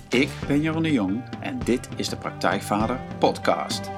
Ik ben Jeroen de Jong en dit is de Praktijkvader podcast.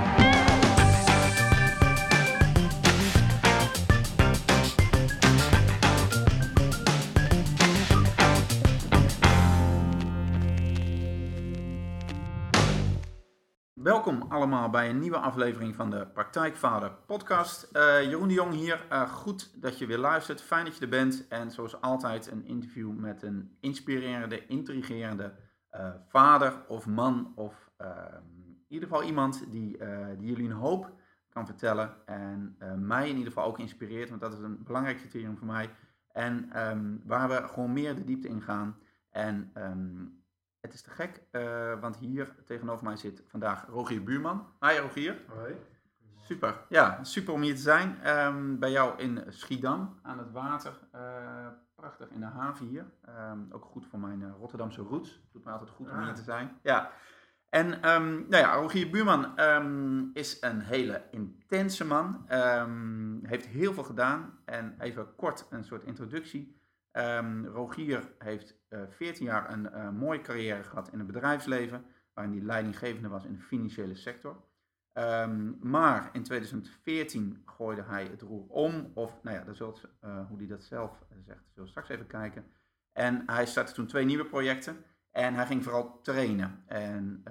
Welkom allemaal bij een nieuwe aflevering van de Praktijkvader podcast. Jeroen de Jong hier. Goed dat je weer luistert. Fijn dat je er bent. En zoals altijd een interview met een inspirerende, intrigerende vader of man. Of in ieder geval iemand die jullie een hoop kan vertellen. En mij in ieder geval ook inspireert. Want dat is een belangrijk criterium voor mij. En waar we gewoon meer de diepte in gaan. En het is te gek, want hier tegenover mij zit vandaag Rogier Buurman. Hi Rogier. Hoi. Super, ja, super om hier te zijn. Bij jou in Schiedam, aan het water. Prachtig in de haven hier. Ook goed voor mijn Rotterdamse roots. Doet me altijd goed om hier te zijn. Ja. En Rogier Buurman is een hele intense man. Heeft heel veel gedaan. En even kort een soort introductie. Rogier heeft 14 jaar een mooie carrière gehad in het bedrijfsleven, waarin hij leidinggevende was in de financiële sector. Maar in 2014 gooide hij het roer om, of nou ja, hoe hij dat zelf zegt, zullen we straks even kijken. En hij startte toen 2 nieuwe projecten en hij ging vooral trainen. En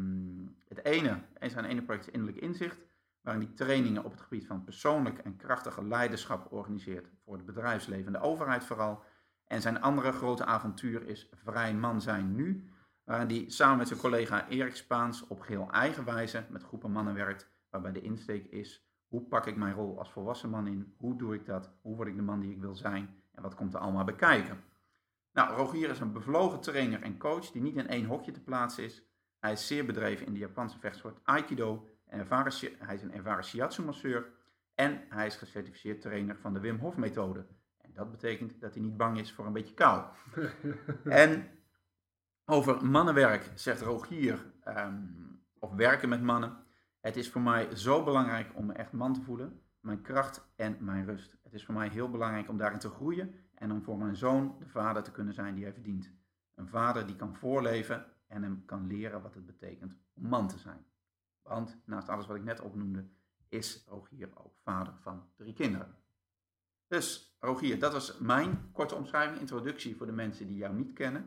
zijn ene project is Innerlijk Inzicht, waarin hij trainingen op het gebied van persoonlijk en krachtige leiderschap organiseert voor het bedrijfsleven en de overheid vooral. En zijn andere grote avontuur is Vrij Man Zijn Nu, waarin hij samen met zijn collega Erik Spaans op geheel eigen wijze met groepen mannen werkt, waarbij de insteek is: hoe pak ik mijn rol als volwassen man in, hoe doe ik dat, hoe word ik de man die ik wil zijn en wat komt er allemaal bij kijken. Nou, Rogier is een bevlogen trainer en coach die niet in één hokje te plaatsen is. Hij is zeer bedreven in de Japanse vechtsport Aikido, en hij is een ervaren shiatsu-masseur en hij is gecertificeerd trainer van de Wim Hof methode. En dat betekent dat hij niet bang is voor een beetje kou. En over mannenwerk zegt Rogier, of werken met mannen: het is voor mij zo belangrijk om me echt man te voelen, mijn kracht en mijn rust. Het is voor mij heel belangrijk om daarin te groeien en om voor mijn zoon de vader te kunnen zijn die hij verdient. Een vader die kan voorleven en hem kan leren wat het betekent om man te zijn. Want naast alles wat ik net opnoemde, is Rogier ook vader van 3 kinderen. Dus Rogier, dat was mijn korte omschrijving, introductie voor de mensen die jou niet kennen.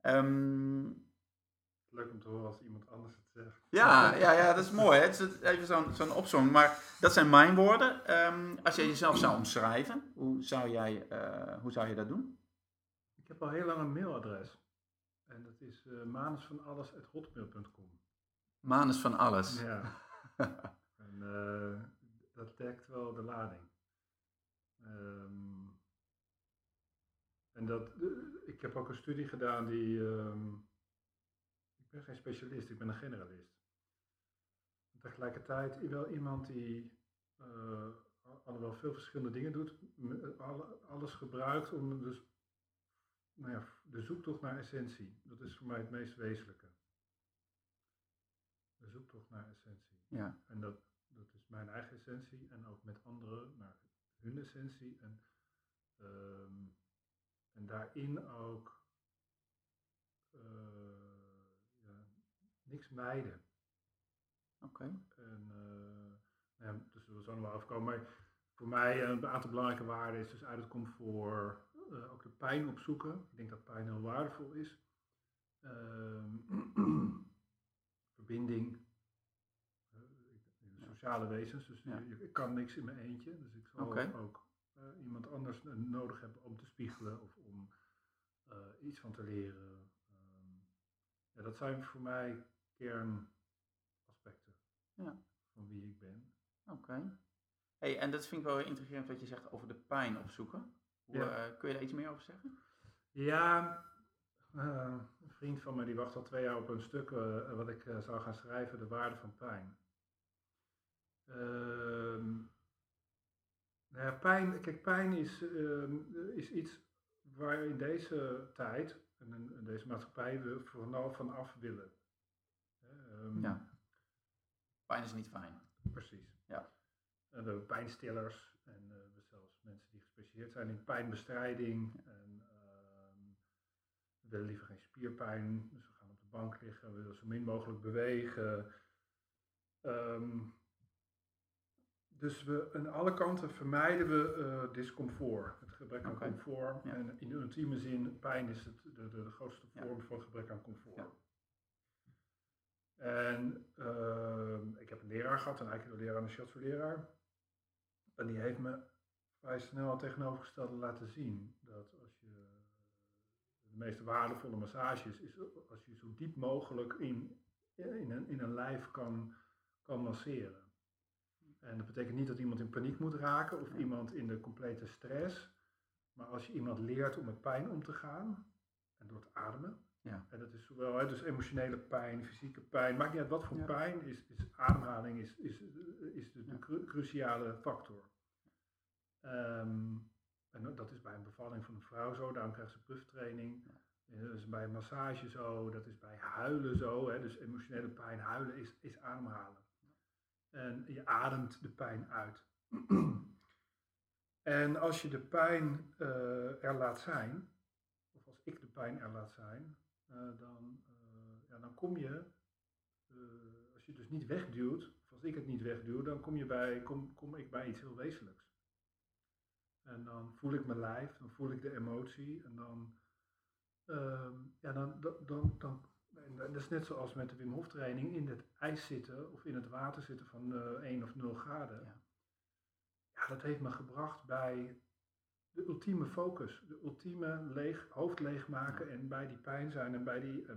Leuk om te horen als iemand anders het zegt. Ja, dat is mooi. Hè? Het is even zo'n opzong. Maar dat zijn mijn woorden. Als jij jezelf zou omschrijven, hoe zou je dat doen? Ik heb al heel lang een mailadres. En dat is manusvanalles@hotmail.com. Manus van alles. Ja. En dat dekt wel de lading. Ik heb ook een studie gedaan die... ik ben geen specialist, ik ben een generalist. Tegelijkertijd wel iemand die alhoewel veel verschillende dingen doet, alles gebruikt om dus, de zoektocht naar essentie. Dat is voor mij het meest wezenlijke. De zoektocht naar essentie. Ja. En dat is mijn eigen essentie en ook met anderen naar hun essentie. En daarin ook niks mijden. Oké. Dus we zullen wel afkomen. Maar voor mij een aantal belangrijke waarden is dus uit het comfort ook de pijn opzoeken. Ik denk dat pijn heel waardevol is. Verbinding. Sociale wezens. Dus ik kan niks in mijn eentje. Dus ik zal ook iemand anders nodig hebben om te spiegelen of om iets van te leren. Dat zijn voor mij kernaspecten van wie ik ben. Oké. Hey, en dat vind ik wel intrigerend wat je zegt over de pijn opzoeken. Kun je daar iets meer over zeggen? Ja, een vriend van mij die wacht al 2 jaar op een stuk wat ik zou gaan schrijven, De Waarde van Pijn. Pijn is iets waar in deze tijd en in deze maatschappij we vooral van af willen. Pijn is niet fijn. Precies. Ja. En we hebben pijnstillers en we hebben zelfs mensen die gespecialiseerd zijn in pijnbestrijding. En we willen liever geen spierpijn, dus we gaan op de de bank liggen, we willen zo min mogelijk bewegen. Dus aan alle kanten vermijden we discomfort, het gebrek aan comfort. Ja. En in de ultieme zin, pijn is de grootste vorm van gebrek aan comfort. Ja. En ik heb een leraar gehad, een aikido-leraar en een shiatsu-leraar. En die heeft me vrij snel het tegenovergestelde laten zien. Dat als je de meest waardevolle massages is als je zo diep mogelijk in een lijf kan masseren. En dat betekent niet dat iemand in paniek moet raken of iemand in de complete stress. Maar als je iemand leert om met pijn om te gaan en door te ademen. Ja. En dat is zowel dus emotionele pijn, fysieke pijn, maakt niet uit wat voor pijn, is ademhaling is de cruciale factor. En dat is bij een bevalling van een vrouw zo, daarom krijgt ze pufftraining. Ja. Dat is bij een massage zo, dat is bij huilen zo, hè, dus emotionele pijn, huilen is ademhalen. En je ademt de pijn uit. En als je de pijn er laat zijn, of als ik de pijn er laat zijn, dan kom je, als je het dus niet wegduwt, of als ik het niet wegduw, dan kom ik bij iets heel wezenlijks. En dan voel ik mijn lijf, dan voel ik de emotie en en dat is net zoals met de Wim Hof training, in het ijs zitten of in het water zitten van 1 of 0 graden. Ja, dat heeft me gebracht bij de ultieme focus, de ultieme hoofd leegmaken en bij die pijn zijn en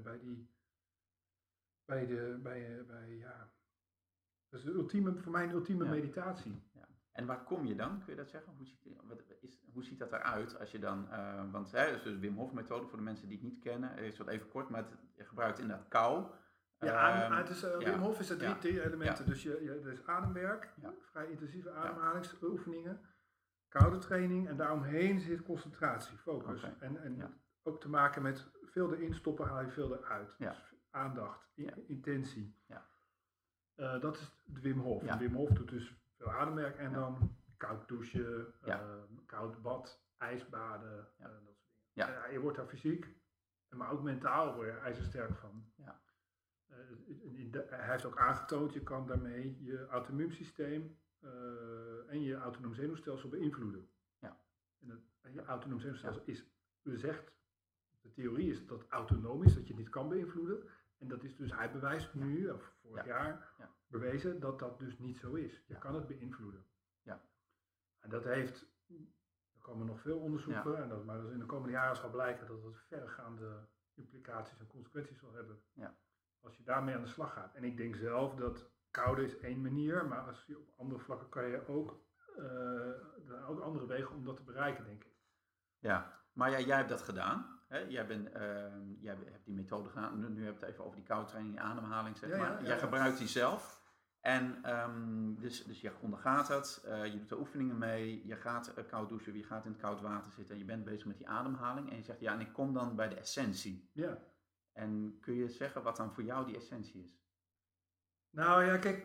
dat is voor mij een ultieme meditatie. Ja. En waar kom je dan? Kun je dat zeggen? Hoe ziet dat eruit als je dan, want dus de Wim Hof methode voor de mensen die het niet kennen, is wat even kort, maar je gebruikt inderdaad kou. Wim Hof is er drie elementen, dus er is ademwerk, vrij intensieve ademhalingsoefeningen, koude training en daaromheen zit concentratie, focus. Okay. En ook te maken met veel erin stoppen, haal je veel eruit. Ja. Dus aandacht, intentie. Ja. Dat is de Wim Hof. Ja. Wim Hof doet dus veel ademwerk en dan koud douchen, koud bad, ijsbaden, dat soort dingen. Ja. Je wordt daar fysiek, maar ook mentaal word je ijzersterk van. Ja. Hij heeft ook aangetoond, je kan daarmee je auto-immuunsysteem en je autonoom zenuwstelsel beïnvloeden. Ja. En je autonoom zenuwstelsel de theorie is dat autonoom is, dat je het niet kan beïnvloeden. En dat is dus, hij bewijst nu, of vorig jaar, bewezen dat dat dus niet zo is. Je kan het beïnvloeden. Ja. En dat er komen nog veel onderzoeken, maar in de komende jaren zal blijken dat het verregaande implicaties en consequenties zal hebben. Ja. Als je daarmee aan de slag gaat. En ik denk zelf dat koude is één manier, maar als je op andere vlakken kan je ook andere wegen om dat te bereiken, denk ik. Ja, maar jij hebt dat gedaan. Hè? Jij hebt die methode gedaan. Nu heb je het even over die koude training, ademhaling, zeg maar. Jij gebruikt die zelf. En dus je ondergaat het, je doet er oefeningen mee, je gaat koud douchen, je gaat in het koud water zitten en je bent bezig met die ademhaling. En je zegt, en ik kom dan bij de essentie. Ja. En kun je zeggen wat dan voor jou die essentie is? Nou ja, kijk,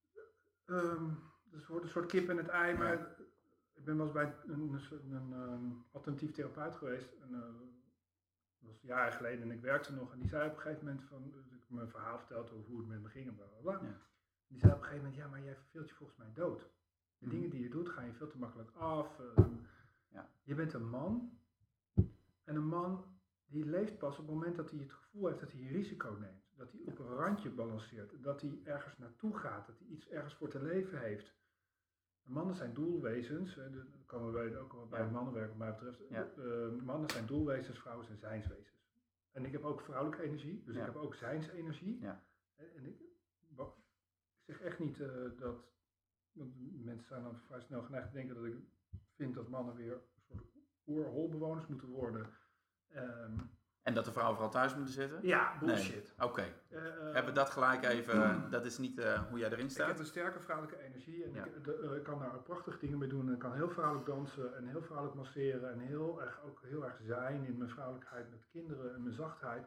het wordt een soort kip en het ei, maar ik ben wel eens bij een alternatief therapeut geweest. En, dat was jaren geleden en ik werkte nog. En die zei op een gegeven moment dus ik mijn verhaal vertelde over hoe het met me ging en bla bla bla. Ja. Die zei op een gegeven moment, maar jij verveelt je volgens mij dood. De dingen die je doet, ga je veel te makkelijk af. Je bent een man. En een man die leeft pas op het moment dat hij het gevoel heeft dat hij een risico neemt. Dat hij op een randje balanceert. Dat hij ergens naartoe gaat. Dat hij iets ergens voor te leven heeft. Mannen zijn doelwezens. Dan komen we ook wel bij mannenwerk wat mij betreft. Ja. Mannen zijn doelwezens, vrouwen zijn zijnswezens. En ik heb ook vrouwelijke energie. Dus ik heb ook zijnsenergie. Ja. En ik zeg echt niet dat... Want mensen zijn dan vrij snel geneigd te denken dat ik vind dat mannen weer een soort oerholbewoners moeten worden. En dat de vrouwen vooral thuis moeten zitten? Ja, bullshit. Nee. Oké. Hebben we dat gelijk even, dat is niet hoe jij erin staat? Ik heb een sterke vrouwelijke energie en ik kan daar prachtige dingen mee doen. En ik kan heel vrouwelijk dansen en heel vrouwelijk masseren en ook heel erg zijn in mijn vrouwelijkheid met kinderen en mijn zachtheid.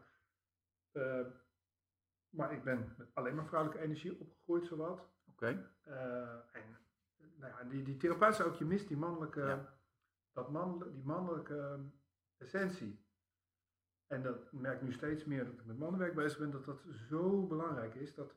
Maar ik ben met alleen maar vrouwelijke energie opgegroeid, zowat. Oké. En die therapeut zei ook, je mist die mannelijke, die mannelijke essentie. En dat merk ik nu steeds meer dat ik met mannenwerk bezig ben, dat dat zo belangrijk is. Dat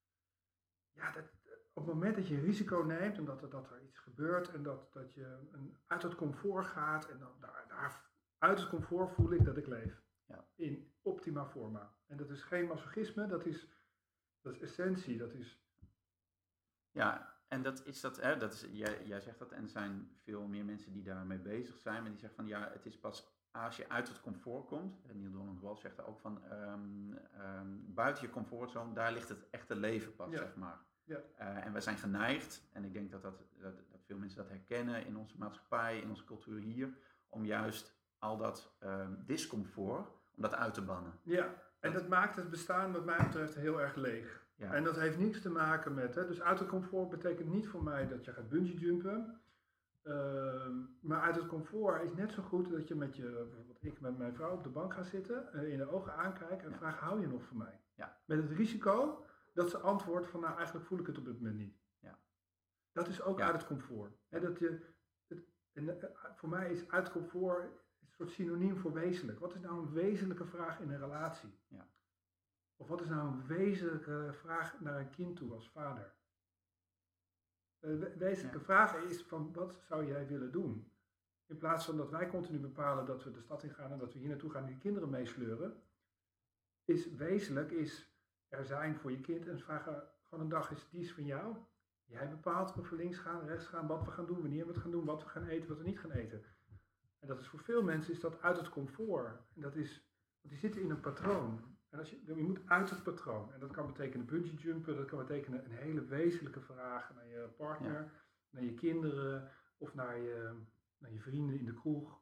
op het moment dat je een risico neemt en dat er iets gebeurt en dat je uit het comfort gaat en dan daar uit het comfort voel ik dat ik leef. Ja. In optima forma. En dat is geen masochisme, dat is essentie. Dat is... Ja, en jij zegt dat en er zijn veel meer mensen die daarmee bezig zijn, maar die zeggen van ja, het is pas als je uit het comfort komt, en Neil Donald Walsh zegt er ook van, buiten je comfortzone, daar ligt het echte leven pas, zeg maar. Ja. En wij zijn geneigd, en ik denk dat veel mensen dat herkennen in onze maatschappij, in onze cultuur hier, om juist al dat discomfort, om dat uit te bannen. Ja, en dat maakt het bestaan wat mij betreft heel erg leeg. Ja. En dat heeft niets te maken met, dus uit het comfort betekent niet voor mij dat je gaat bungee jumpen. Maar uit het comfort is net zo goed dat je bijvoorbeeld ik met mijn vrouw op de bank ga zitten, in de ogen aankijken en vraag, hou je nog van mij? Ja. Met het risico dat ze antwoordt van, nou eigenlijk voel ik het op dit moment niet. Ja. Dat is ook uit het comfort. Voor mij is uit het comfort een soort synoniem voor wezenlijk. Wat is nou een wezenlijke vraag in een relatie? Ja. Of wat is nou een wezenlijke vraag naar een kind toe als vader? De wezenlijke vraag is van wat zou jij willen doen? In plaats van dat wij continu bepalen dat we de stad in gaan en dat we hier naartoe gaan en die kinderen meesleuren. Is wezenlijk er zijn voor je kind en vragen gewoon een dag die is van jou. Jij bepaalt of we links gaan, rechts gaan, wat we gaan doen, wanneer we het gaan doen, wat we gaan eten, wat we niet gaan eten. En dat is voor veel mensen is dat uit het comfort. En dat is, want die zitten in een patroon. En je moet uit het patroon. En dat kan betekenen bungee jumpen, dat kan betekenen een hele wezenlijke vraag naar je partner, naar je kinderen of naar je vrienden in de kroeg.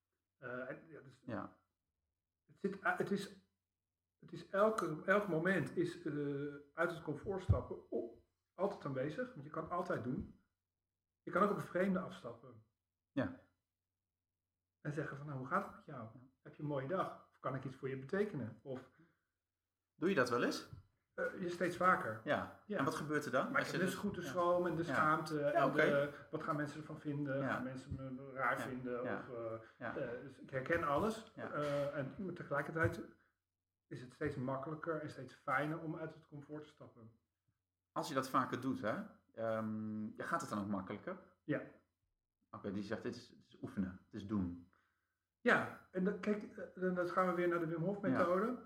Het is elk moment is uit het comfort stappen altijd aanwezig, want je kan altijd doen. Je kan ook op een vreemde afstappen. Ja. En zeggen van, nou, hoe gaat het met jou? Heb je een mooie dag? Of kan ik iets voor je betekenen? Of doe je dat wel eens? Je steeds vaker. Ja. En wat gebeurt er dan? Maar dus goed de schroom en de schaamte en wat gaan mensen ervan vinden? Gaan mensen me raar vinden? Dus ik herken alles. En tegelijkertijd is het steeds makkelijker en steeds fijner om uit het comfort te stappen. Als je dat vaker doet, gaat het dan ook makkelijker? Ja. Oké, die zegt het is oefenen, het is doen. Ja, en dan gaan we weer naar de Wim Hof methode.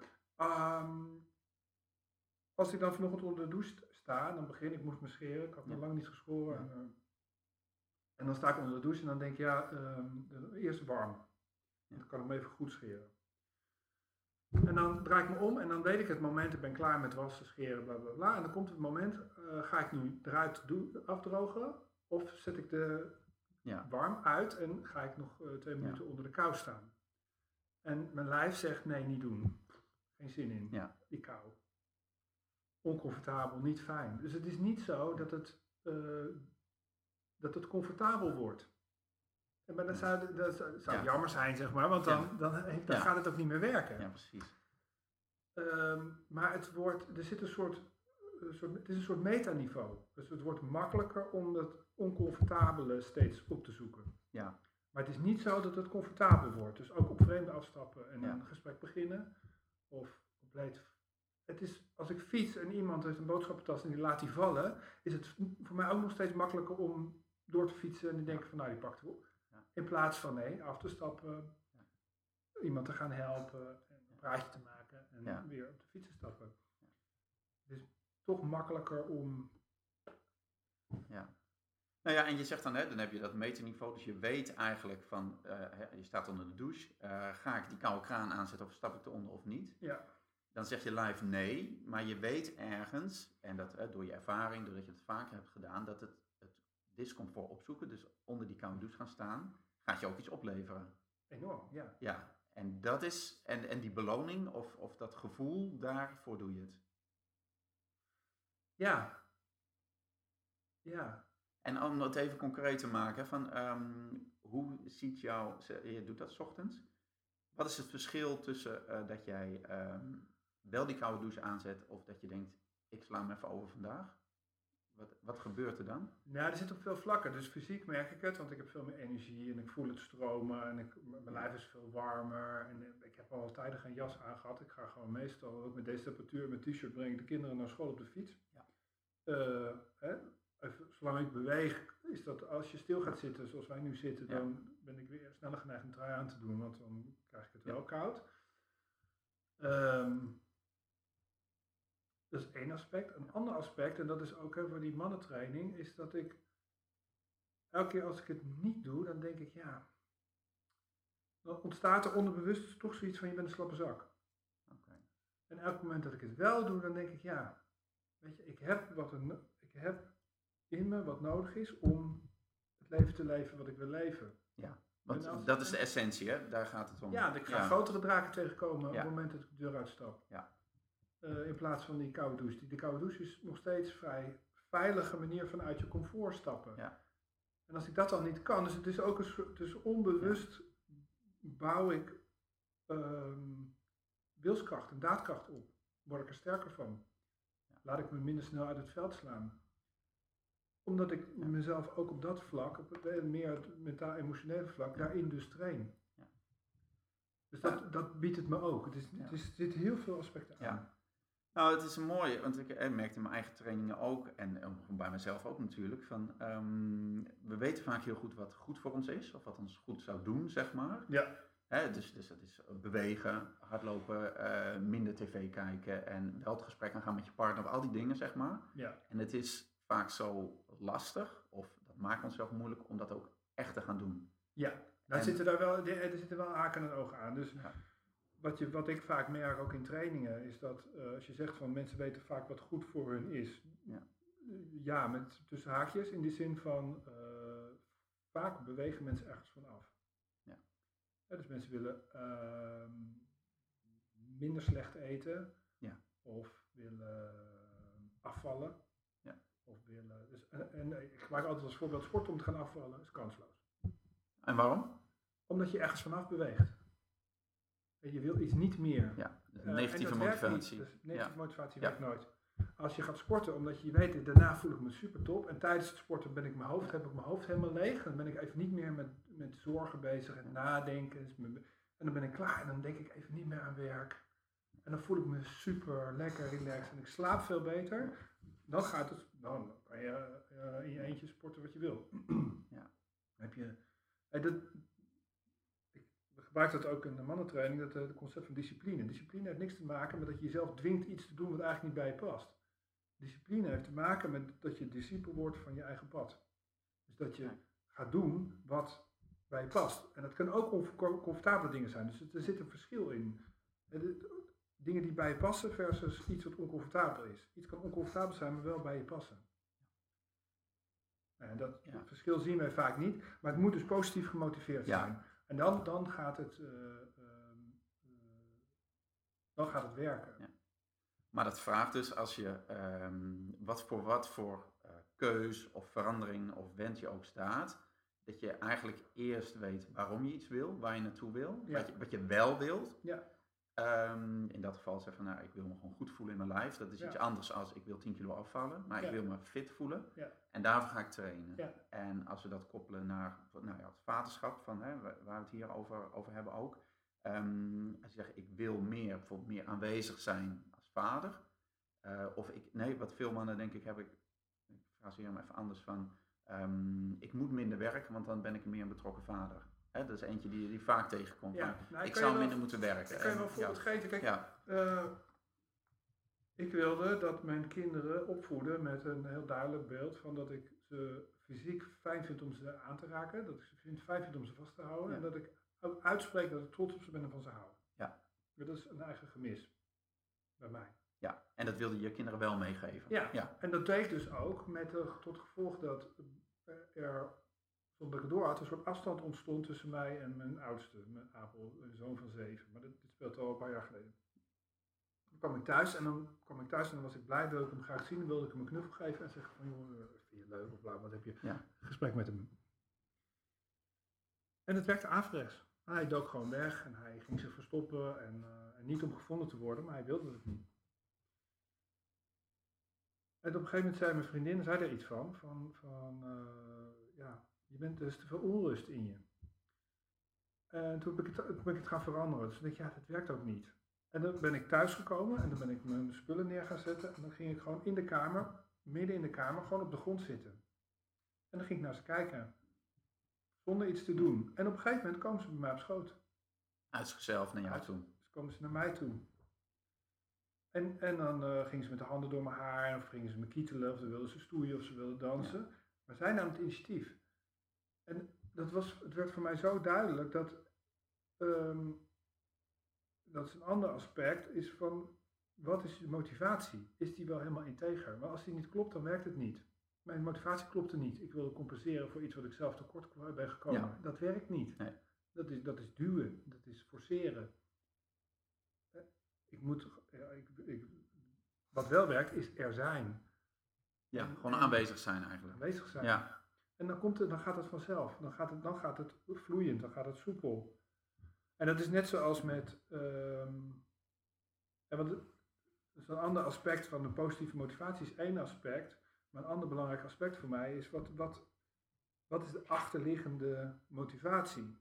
Als ik dan vanochtend onder de douche sta, dan ik moest me scheren, ik had nog lang niet geschoren. En dan sta ik onder de douche en dan denk ik, eerst warm. Dan kan ik me even goed scheren. En dan draai ik me om en dan weet ik het moment, ik ben klaar met wassen, scheren, bla bla bla. En dan komt het moment, ga ik nu eruit afdrogen of zet ik de warm uit en ga ik nog 2 minuten onder de kou staan. En mijn lijf zegt, nee, niet doen. Geen zin in, die kou. Oncomfortabel, niet fijn. Dus het is niet zo dat het comfortabel wordt. Maar dat zou jammer zijn, zeg maar, want dan gaat het ook niet meer werken. Ja, precies. Maar het is een soort metaniveau. Dus het wordt makkelijker om dat oncomfortabele steeds op te zoeken. Ja. Maar het is niet zo dat het comfortabel wordt. Dus ook op vreemde afstappen en een gesprek beginnen. Of compleet. Het is, als ik fiets en iemand heeft een boodschappentas en die laat die vallen, is het voor mij ook nog steeds makkelijker om door te fietsen en die denken van nou, die pakt op. Ja. In plaats van af te stappen, iemand te gaan helpen, een praatje te maken en weer op de fiets te stappen. Ja. Het is toch makkelijker om... Ja. Nou ja, en je zegt dan heb je dat meterniveau, dus je weet eigenlijk van, je staat onder de douche, ga ik die koude kraan aanzetten of stap ik eronder of niet? Ja. Dan zegt je lijf nee, maar je weet ergens, en dat door je ervaring, doordat je het vaker hebt gedaan, dat het discomfort opzoeken, dus onder die koude douche gaan staan, gaat je ook iets opleveren. Enorm, ja. Ja, en dat is, en die beloning of dat gevoel, daarvoor doe je het. Ja. Ja. En om het even concreet te maken, van hoe ziet je doet dat 's ochtends, wat is het verschil tussen dat jij wel die koude douche aanzet of dat je denkt, ik sla hem even over vandaag? Wat gebeurt er dan? Nou, er zit op veel vlakken. Dus fysiek merk ik het, want ik heb veel meer energie en ik voel het stromen en mijn lijf is veel warmer. En ik heb al tijden geen jas aangehad. Ik ga gewoon meestal, ook met deze temperatuur, met t-shirt breng ik de kinderen naar school op de fiets. Ja. Zolang ik beweeg, is dat als je stil gaat zitten zoals wij nu zitten, dan ben ik weer sneller geneigd een trui aan te doen, want dan krijg ik het wel koud. Dat is één aspect. Een ander aspect, en dat is ook voor die mannentraining, is dat ik elke keer als ik het niet doe, dan denk ik dan ontstaat er onderbewust toch zoiets van je bent een slappe zak. Okay. En elk moment dat ik het wel doe, dan denk ik weet je, ik heb in me wat nodig is om het leven te leven wat ik wil leven. Ja, want dat is de essentie, hè? Daar gaat het om. Ja, ik ga grotere draken tegenkomen op het moment dat ik de deur uitstap. Ja. In plaats van die koude douche. De koude douche is nog steeds een vrij veilige manier van uit je comfort stappen. Ja. En als ik dat dan niet kan, dus het is ook een soort, dus onbewust bouw ik wilskracht en daadkracht op. Word ik er sterker van. Laat ik me minder snel uit het veld slaan. Omdat ik mezelf ook op dat vlak, op het meer het mentaal-emotionele vlak, daarin dus train. Ja. Dus dat biedt het me ook. Er zitten heel veel aspecten aan. Ja. Nou, het is mooi, want ik merkte in mijn eigen trainingen ook, en bij mezelf ook natuurlijk, van we weten vaak heel goed wat goed voor ons is, of wat ons goed zou doen, zeg maar. Ja. Dus dat is bewegen, hardlopen, minder tv kijken en wel het gesprek aangaan met je partner, of al die dingen, zeg maar. Ja. En het is vaak zo lastig, of dat maakt ons zelf moeilijk, om dat ook echt te gaan doen. Ja, er zitten wel haken en ogen aan. Dus wat ik vaak merk ook in trainingen is dat als je zegt van mensen weten vaak wat goed voor hun is. Ja, met tussen haakjes in die zin van vaak bewegen mensen ergens van af. Ja, dus mensen willen minder slecht eten of willen afvallen. Of willen, ik gebruik altijd als voorbeeld sport om te gaan afvallen is kansloos. En waarom? Omdat je ergens vanaf beweegt. Je wil iets niet meer. Ja, negatieve motivatie. Dus negatieve motivatie werkt nooit. Als je gaat sporten, omdat je weet, daarna voel ik me super top. En tijdens het sporten heb ik mijn hoofd helemaal leeg. Dan ben ik even niet meer met zorgen bezig en nadenken. En dan ben ik klaar en dan denk ik even niet meer aan werk. En dan voel ik me super lekker relaxed en ik slaap veel beter. Dan kan je in je eentje sporten wat je wil. Heb je, ik gebruik dat ook in de mannentraining, dat het concept van discipline. Discipline heeft niks te maken met dat je jezelf dwingt iets te doen wat eigenlijk niet bij je past. Discipline heeft te maken met dat je discipel wordt van je eigen pad. Dus dat je gaat doen wat bij je past. En dat kunnen ook oncomfortabele dingen zijn. Dus er zit een verschil in. Dingen die bij je passen versus iets wat oncomfortabel is. Iets kan oncomfortabel zijn, maar wel bij je passen. En dat verschil zien wij vaak niet, maar het moet dus positief gemotiveerd zijn. En dan gaat het werken. Ja. Maar dat vraagt dus als je wat voor keus of verandering of wens je ook staat, dat je eigenlijk eerst weet waarom je iets wil, waar je naartoe wil, wat je wel wilt. Ja. In dat geval zeggen van, ik wil me gewoon goed voelen in mijn lijf. Dat is iets anders als ik wil 10 kilo afvallen, maar ik wil me fit voelen. Ja. En daarvoor ga ik trainen. Ja. En als we dat koppelen naar het vaderschap, waar we het hier over hebben ook. Als je zegt, ik wil bijvoorbeeld meer aanwezig zijn als vader. Wat veel mannen denk ik hebben, ik fraseer hem even anders van, ik moet minder werken, want dan ben ik meer een betrokken vader. Dat is eentje die vaak tegenkomt. Ik zou minder moeten werken. Ik kan je wel een voorbeeld geven. Kijk, ik wilde dat mijn kinderen opvoeden met een heel duidelijk beeld van dat ik ze fysiek fijn vind om ze aan te raken. Dat ik ze fijn vind om ze vast te houden. Ja. En dat ik ook uitspreek dat ik trots op ze ben en van ze hou. Ja. Dat is een eigen gemis bij mij. Ja, en dat wilde je kinderen wel meegeven. Ja. En dat deed dus ook tot gevolg dat er, zonder dat ik het door had, een soort afstand ontstond tussen mij en mijn oudste, mijn Abel, een zoon van 7. Maar dit speelt al een paar jaar geleden. Dan kwam ik thuis en dan was ik blij, wilde ik hem graag zien, dan wilde ik hem een knuffel geven en zeggen van, joh, vind je het leuk of bla, wat heb je? Ja. Gesprek met hem. En het werkte averechts. Hij dook gewoon weg en hij ging zich verstoppen en niet om gevonden te worden, maar hij wilde het niet. En op een gegeven moment zei mijn vriendin, zei er iets van ja, je bent dus te veel onrust in je. En toen ben ik het gaan veranderen. Dus dacht ik, ja, dat werkt ook niet. En dan ben ik thuis gekomen en dan ben ik mijn spullen neer gaan zetten. En dan ging ik gewoon in de kamer, midden in de kamer, gewoon op de grond zitten. En dan ging ik naar ze kijken. Zonder iets te doen. En op een gegeven moment komen ze bij mij op schoot. Uit zichzelf naar jou toe. Dus komen ze naar mij toe. En dan gingen ze met de handen door mijn haar, of gingen ze me kietelen, of ze wilden ze stoeien, of ze wilden dansen. Ja. Maar zij namen het initiatief. En het werd voor mij zo duidelijk dat is een ander aspect, is van, wat is je motivatie? Is die wel helemaal integer? Maar als die niet klopt, dan werkt het niet. Mijn motivatie klopte niet. Ik wilde compenseren voor iets wat ik zelf tekort ben gekomen. Ja. Dat werkt niet. Nee. Dat is duwen, dat is forceren. Wat wel werkt, is er zijn. Ja, gewoon aanwezig zijn eigenlijk. Aanwezig zijn. Ja. En dan gaat het vanzelf. Dan gaat het vloeiend, dan gaat het soepel. En dat is net zoals met... dat is een ander aspect van de positieve motivatie, is één aspect. Maar een ander belangrijk aspect voor mij is, wat is de achterliggende motivatie?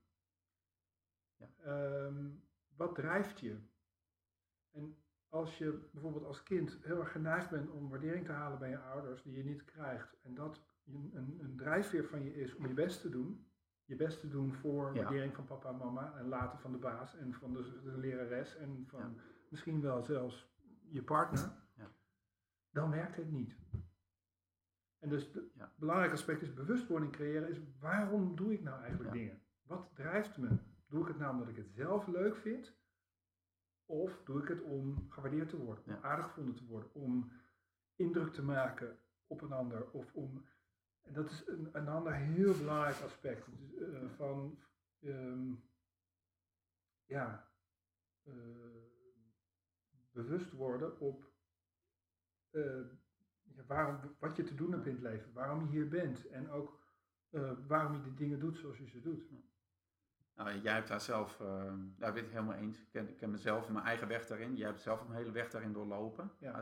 Ja. Wat drijft je? En als je bijvoorbeeld als kind heel erg geneigd bent om waardering te halen bij je ouders die je niet krijgt, en dat een drijfveer van je is om je best te doen voor waardering van papa en mama en later van de baas en van de lerares en van misschien wel zelfs je partner, dan werkt het niet. En dus het belangrijke aspect is bewustwording creëren, is waarom doe ik nou eigenlijk dingen? Wat drijft me? Doe ik het nou omdat ik het zelf leuk vind? Of doe ik het om gewaardeerd te worden, om aardig gevonden te worden, om indruk te maken op een ander? En dat is een ander heel belangrijk aspect van bewust worden op wat je te doen hebt in het leven, waarom je hier bent en ook waarom je de dingen doet zoals je ze doet. Nou, jij hebt daar zelf, daar ben ik het helemaal eens. Ik ken mezelf en mijn eigen weg daarin. Jij hebt zelf een hele weg daarin doorlopen. Ja.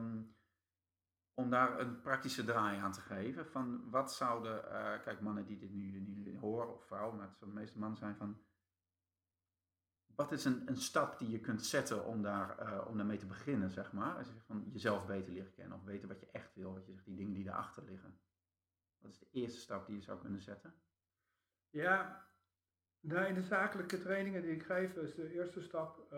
Om daar een praktische draai aan te geven. Van wat zouden, kijk, mannen die dit nu horen, of vrouwen, maar het zal de meeste mannen zijn, van wat is een stap die je kunt zetten om daarmee te beginnen, zeg maar. Als je zegt van jezelf beter leren kennen of weten wat je echt wil, wat je zegt, die dingen die daarachter liggen. Wat is de eerste stap die je zou kunnen zetten? Ja, nou, in de zakelijke trainingen die ik geef is de eerste stap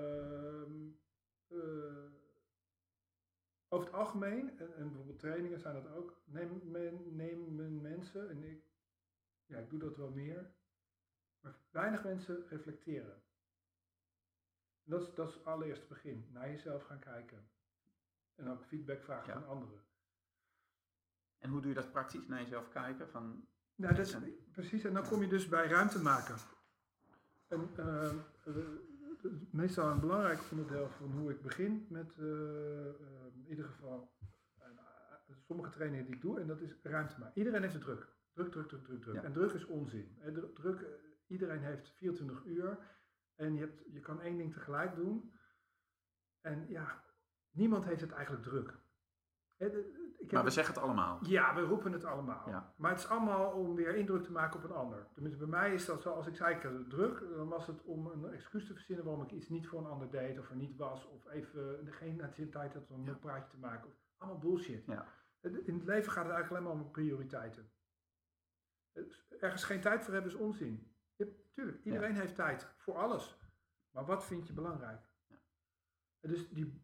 over het algemeen, en bijvoorbeeld trainingen zijn dat ook, nemen mensen, en ik doe dat wel meer, maar weinig mensen reflecteren. Dat is het allereerste begin, naar jezelf gaan kijken. En ook feedback vragen van anderen. En hoe doe je dat praktisch, naar jezelf kijken? Nou, dat is precies, en dan kom je dus bij ruimte maken. En meestal een belangrijk onderdeel van hoe ik begin met in ieder geval sommige trainingen die ik doe, en dat is ruimte maken. Iedereen heeft het druk. Druk. Ja. En druk is onzin. Iedereen heeft 24 uur en je kan één ding tegelijk doen. En niemand heeft het eigenlijk druk. Maar we zeggen het allemaal. Ja, we roepen het allemaal. Ja. Maar het is allemaal om weer indruk te maken op een ander. Tenminste, bij mij is dat zo, als ik zei ik had het druk, dan was het om een excuus te verzinnen waarom ik iets niet voor een ander deed of er niet was. Of even geen tijd had om een praatje te maken. Allemaal bullshit. Ja. In het leven gaat het eigenlijk alleen maar om prioriteiten. Ergens geen tijd voor hebben is onzin. Tuurlijk, iedereen heeft tijd voor alles. Maar wat vind je belangrijk? Ja. Dus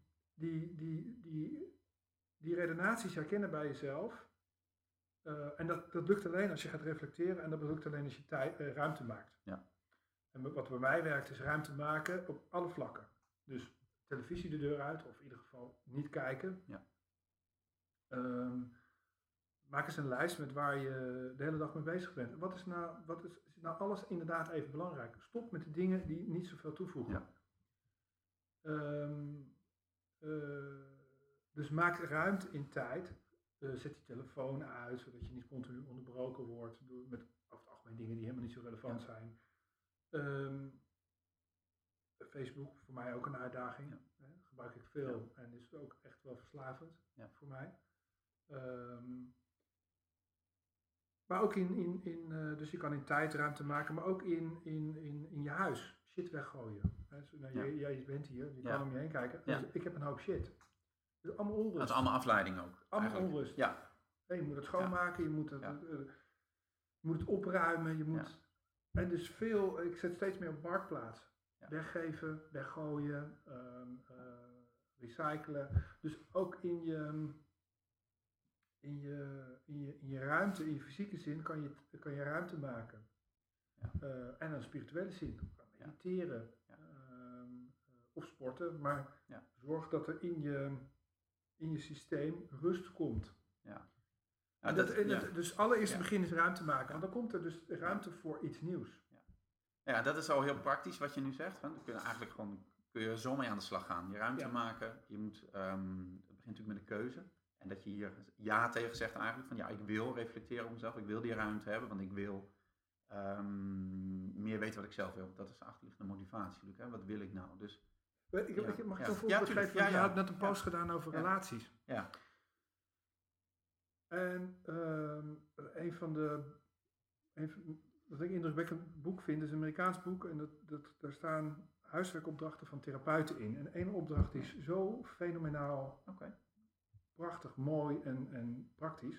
die redenaties herkennen bij jezelf. En dat lukt alleen als je gaat reflecteren en dat lukt alleen als je ruimte maakt. Ja. En wat bij mij werkt is ruimte maken op alle vlakken. Dus televisie de deur uit, of in ieder geval niet kijken. Ja. Maak eens een lijst met waar je de hele dag mee bezig bent. Wat is nou alles inderdaad even belangrijk? Stop met de dingen die niet zoveel toevoegen. Ja. Dus maak ruimte in tijd. Zet je telefoon uit, zodat je niet continu onderbroken wordt met over het algemeen dingen die helemaal niet zo relevant zijn. Facebook, voor mij ook een uitdaging. Ja. Gebruik ik veel en is het ook echt wel verslavend voor mij. Maar ook dus je kan in tijd ruimte maken, maar ook in je huis shit weggooien. Je bent hier, je kan om je heen kijken. Ja. Dus ik heb een hoop shit. Dus allemaal onrust. Dat is allemaal afleiding ook. Allemaal eigenlijk. onrust. Ja. Je moet het schoonmaken, je moet het opruimen, je moet... En dus ik zet steeds meer op marktplaats. Ja. Weggeven, weggooien, recyclen. Dus ook in je ruimte, in je fysieke zin, kan je ruimte maken. Ja. En in spirituele zin. Mediteren of sporten, maar zorg dat er in je systeem rust komt. Ja. Dus allereerst begin is ruimte maken, want dan komt er dus ruimte voor iets nieuws. Ja, dat is al heel praktisch wat je nu zegt. Dan kun je zo mee aan de slag gaan. Je ruimte maken, je moet, het begint natuurlijk met een keuze. En dat je hier ja tegen zegt eigenlijk van ik wil reflecteren op mezelf, ik wil die ruimte hebben, want ik wil meer weten wat ik zelf wil. Dat is de achterliggende motivatie. Hè? Wat wil ik nou? Dus, mag ik een voorbeeld geven? Je had net een post gedaan over relaties. Ja. En een van wat ik een indrukwekkend boek vind, is een Amerikaans boek en daar staan huiswerkopdrachten van therapeuten in. En één opdracht is zo fenomenaal prachtig, mooi en praktisch.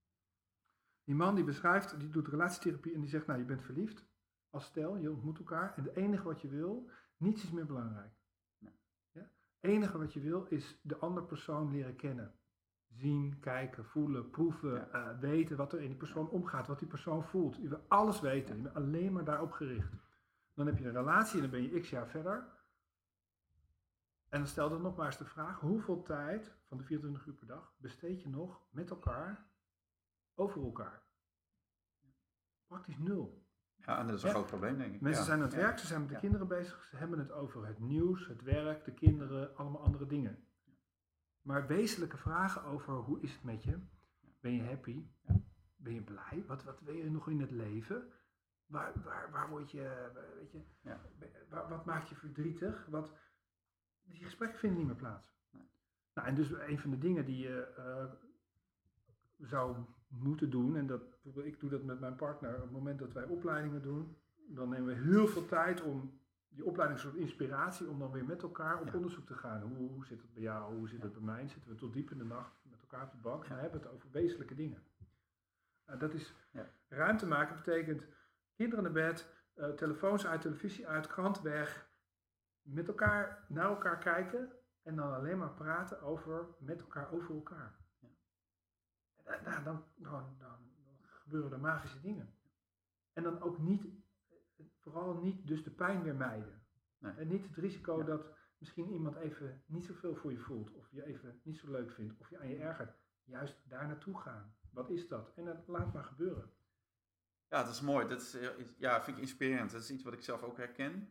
Die man die doet relatietherapie en die zegt, je bent verliefd als stel, je ontmoet elkaar en het enige wat je wil, niets is meer belangrijk. Nee. Ja? Het enige wat je wil is de andere persoon leren kennen. Zien, kijken, voelen, proeven, weten wat er in die persoon omgaat, wat die persoon voelt. Je wil alles weten, je bent alleen maar daarop gericht. Dan heb je een relatie en dan ben je x jaar verder. En dan stel dan nog maar eens de vraag, hoeveel tijd van de 24 uur per dag besteed je nog met elkaar, over elkaar? Praktisch 0. Ja, en dat is een groot probleem, denk ik. Mensen zijn aan het werk, ze zijn met de kinderen bezig, ze hebben het over het nieuws, het werk, de kinderen, allemaal andere dingen. Maar wezenlijke vragen over hoe is het met je? Ben je happy? Ben je blij? Wat wil je nog in het leven? Waar word je, weet je, wat maakt je verdrietig? Die gesprekken vinden niet meer plaats. Nee. Nou, en dus een van de dingen die je zou moeten doen, en ik doe dat met mijn partner, op het moment dat wij opleidingen doen, dan nemen we heel veel tijd om die opleiding een soort inspiratie om dan weer met elkaar op onderzoek te gaan. Hoe zit het bij jou, hoe zit het bij mij? Zitten we tot diep in de nacht met elkaar op de bank en dan hebben we het over wezenlijke dingen. Dat is ruimte maken betekent kinderen naar bed, telefoons uit, televisie uit, krant weg, met elkaar naar elkaar kijken en dan alleen maar praten met elkaar over elkaar. Ja. Dan gebeuren er magische dingen. En dan ook vooral niet dus de pijn weer mijden. Nee. En niet het risico dat misschien iemand even niet zoveel voor je voelt, of je even niet zo leuk vindt, of je aan je ergert. Juist daar naartoe gaan. Wat is dat? En dat laat maar gebeuren. Ja, dat is mooi. Dat is, vind ik inspirerend. Dat is iets wat ik zelf ook herken.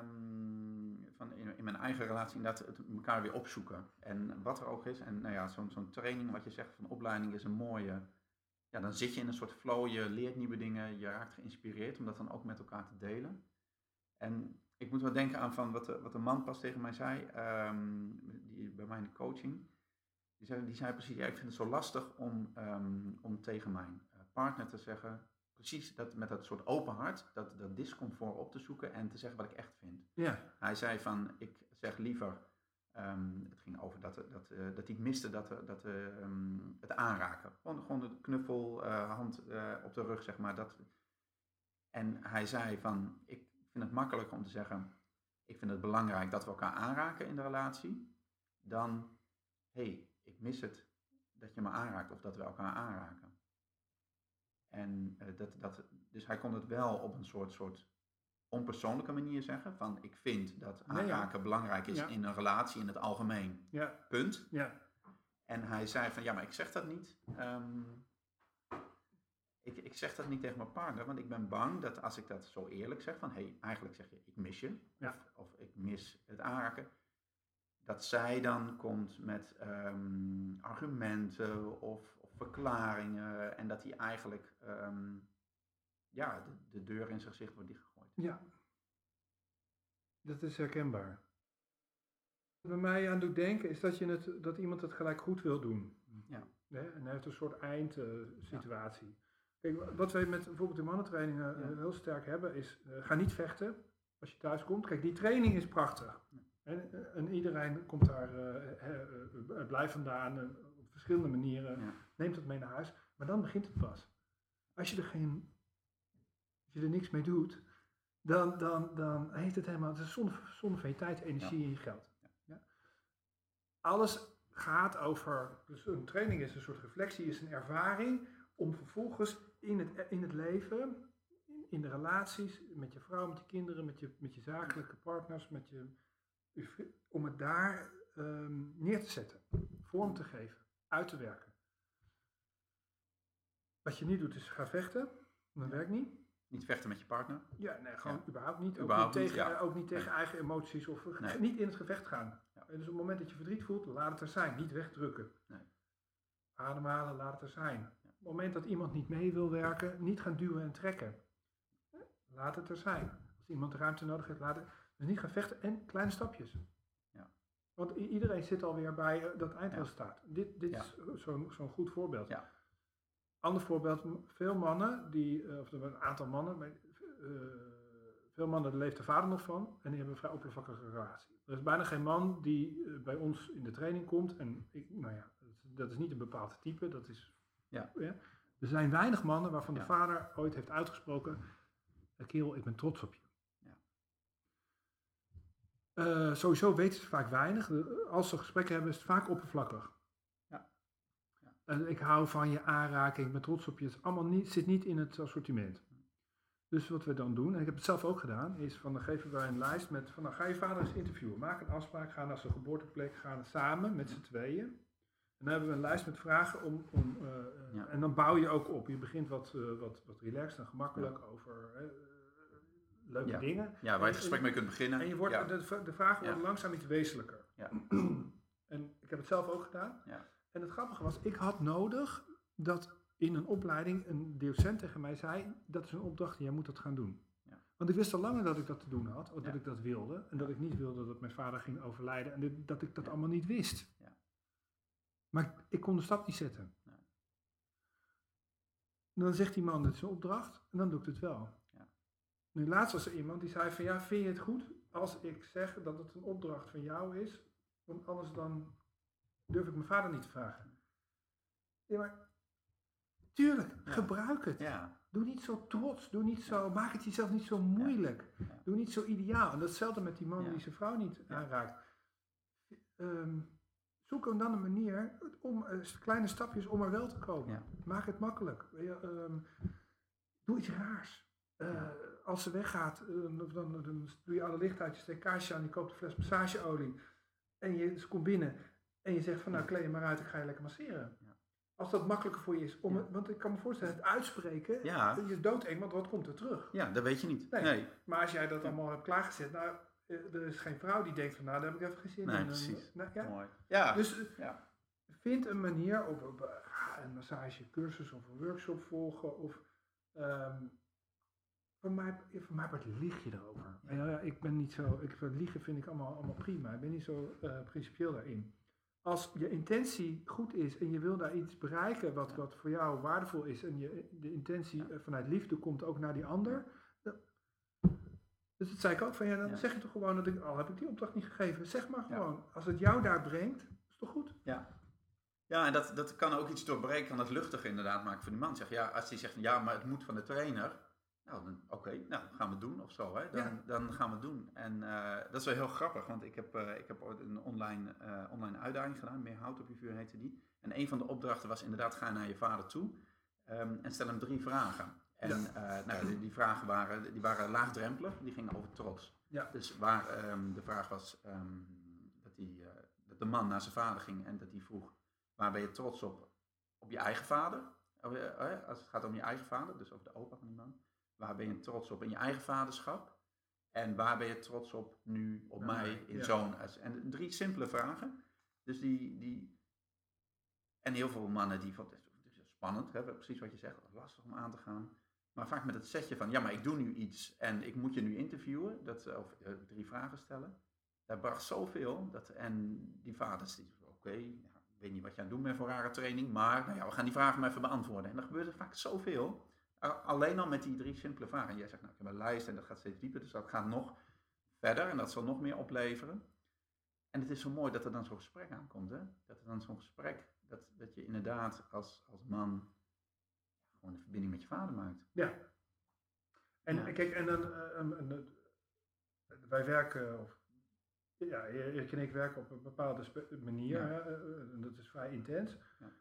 In mijn eigen relatie inderdaad het elkaar weer opzoeken. En wat er ook is. En zo'n training, wat je zegt van opleiding, is een mooie. Ja, dan zit je in een soort flow, je leert nieuwe dingen, je raakt geïnspireerd om dat dan ook met elkaar te delen. En ik moet wel denken aan van wat een man pas tegen mij zei, die bij mij in de coaching. Die zei precies, ik vind het zo lastig om tegen mijn partner te zeggen, precies dat met dat soort open hart, dat discomfort op te zoeken en te zeggen wat ik echt vind. Ja. Hij zei van, ik zeg liever, het ging over dat hij het miste, het aanraken. Gewoon de knuffel, hand op de rug, zeg maar. En hij zei van, ik vind het makkelijker om te zeggen, ik vind het belangrijk dat we elkaar aanraken in de relatie, dan, ik mis het dat je me aanraakt of dat we elkaar aanraken. En dus hij kon het wel op een soort onpersoonlijke manier zeggen, van ik vind dat aanraken belangrijk is in een relatie in het algemeen. Ja. Punt. Ja. En hij zei van, maar ik zeg dat niet. Ik zeg dat niet tegen mijn partner, want ik ben bang dat als ik dat zo eerlijk zeg, van eigenlijk zeg je, ik mis je, of ik mis het aanraken, dat zij dan komt met argumenten of verklaringen en dat hij eigenlijk de deur in zijn gezicht wordt dichtgegooid. Ja, dat is herkenbaar. Wat bij mij aan doet denken is dat iemand het gelijk goed wil doen. Ja. En hij heeft een soort eindsituatie. Kijk, wat wij met bijvoorbeeld de mannentrainingen heel sterk hebben is, ga niet vechten als je thuis komt. Kijk, die training is prachtig. En iedereen komt daar blij vandaan op verschillende manieren, neemt het mee naar huis. Maar dan begint het pas. Als je er niks mee doet, dan heeft het helemaal, het is zonde van je tijd, energie en je geld. Ja. Alles gaat over, dus een training is een soort reflectie, is een ervaring om vervolgens in het leven, in de relaties, met je vrouw, met je kinderen, met je zakelijke partners, om het daar neer te zetten, vorm te geven, uit te werken. Wat je niet doet is gaan vechten, dat werkt niet. Niet vechten met je partner? Ja, nee, gewoon überhaupt niet. Ook niet tegen eigen emoties of niet in het gevecht gaan. Ja. Dus op het moment dat je verdriet voelt, laat het er zijn. Niet wegdrukken. Nee. Ademhalen, laat het er zijn. Ja. Op het moment dat iemand niet mee wil werken, niet gaan duwen en trekken. Laat het er zijn. Als iemand ruimte nodig heeft, dus niet gaan vechten en kleine stapjes. Ja. Want iedereen zit alweer bij dat eindresultaat. Dit is zo'n goed voorbeeld. Ja. Ander voorbeeld, veel mannen, of een aantal mannen, maar, veel mannen, daar leeft de vader nog van en die hebben een vrij oppervlakkige relatie. Er is bijna geen man die bij ons in de training komt en dat is niet een bepaald type, dat is... Ja. Er zijn weinig mannen waarvan de vader ooit heeft uitgesproken, kerel, ik ben trots op je. Ja. Sowieso weten ze vaak weinig, als ze gesprekken hebben is het vaak oppervlakkig. Ik hou van je aanraking, ik ben trots op je. Het is allemaal zit niet in het assortiment. Dus wat we dan doen, en ik heb het zelf ook gedaan, is dan geven wij een lijst met ga je vader eens interviewen. Maak een afspraak, ga naar zijn geboorteplek, ga samen met z'n tweeën. En dan hebben we een lijst met vragen en dan bouw je ook op. Je begint wat relaxed en gemakkelijk over leuke dingen. Ja, waar je het gesprek mee kunt beginnen. En je wordt, de vragen worden langzaam iets wezenlijker. Ja. En ik heb het zelf ook gedaan. Ja. En het grappige was, ik had nodig dat in een opleiding een docent tegen mij zei, dat is een opdracht en jij moet dat gaan doen. Ja. Want ik wist al langer dat ik dat te doen had, of dat ik dat wilde. En dat ik niet wilde dat mijn vader ging overlijden en dat ik dat allemaal niet wist. Ja. Maar ik kon de stap niet zetten. Ja. Dan zegt die man, dit is een opdracht, en dan doe ik het wel. Ja. Nu laatst was er iemand die zei van, vind je het goed als ik zeg dat het een opdracht van jou is, want anders dan durf ik mijn vader niet te vragen. Ja, maar tuurlijk, gebruik het. Ja. Doe niet zo trots, maak het jezelf niet zo moeilijk. Ja. Ja. Doe niet zo ideaal. En datzelfde met die man die zijn vrouw niet aanraakt. Zoek hem dan een manier om kleine stapjes om er wel te komen. Ja. Maak het makkelijk. Doe iets raars. Als ze weggaat, dan doe je alle lichtuitjes, steek kaarsje aan, je koopt een fles massageolie en ze komt binnen. En je zegt van kleed je maar uit, ik ga je lekker masseren. Ja. Als dat makkelijker voor je is. Want ik kan me voorstellen, het uitspreken, je is doodeng, want wat komt er terug? Ja, dat weet je niet. Nee. Maar als jij dat allemaal hebt klaargezet, er is geen vrouw die denkt van daar heb ik even geen zin in. Nee, precies. Mooi. Ja. Dus vind een manier, of een massagecursus of een workshop volgen, of voor mij lieg je erover. Ja. Ik ben niet zo, liegen vind ik allemaal prima. Ik ben niet zo principieel daarin. Als je intentie goed is en je wil daar iets bereiken wat voor jou waardevol is en de intentie vanuit liefde komt ook naar die ander. Dus dat zei ik ook van dan zeg je toch gewoon dat al heb ik die opdracht niet gegeven. Zeg maar gewoon, als het jou daar brengt, is het toch goed? Ja, en dat kan ook iets doorbreken, kan het luchtig inderdaad maken voor die man. Als hij zegt, maar het moet van de trainer. Nou, dan gaan we het doen of zo. Hè? Dan gaan we het doen. En dat is wel heel grappig, want ik heb ooit een online uitdaging gedaan. Meer hout op je vuur heette die. En een van de opdrachten was inderdaad, ga naar je vader toe en stel hem 3 vragen. En die vragen waren laagdrempelig, die gingen over trots. Ja. Dus waar de vraag was dat de man naar zijn vader ging en dat hij vroeg, waar ben je trots op? Op je eigen vader? Als het gaat om je eigen vader, dus over de opa van die man. Waar ben je trots op in je eigen vaderschap? En waar ben je trots op nu, op mij, in zo'n... En 3 simpele vragen. Dus en heel veel mannen die vonden het is spannend, hè, precies wat je zegt, lastig om aan te gaan. Maar vaak met het setje van, maar ik doe nu iets en ik moet je nu interviewen, of 3 vragen stellen. Dat bracht zoveel, en die vaders die oké, weet niet wat je aan het doen bent voor rare training, maar nou ja, we gaan die vragen maar even beantwoorden. En dan gebeurt er vaak zoveel. Alleen al met die 3 simpele vragen. En jij zegt, nou, ik heb een lijst en dat gaat steeds dieper, dus dat gaat nog verder en dat zal nog meer opleveren. En het is zo mooi dat er dan zo'n gesprek aankomt, hè? Dat er dan zo'n gesprek, dat je inderdaad als man gewoon een verbinding met je vader maakt. Ja. En kijk, en dan, wij werken, Erik en ik werken op een bepaalde manier, en dat is vrij intens. Ja.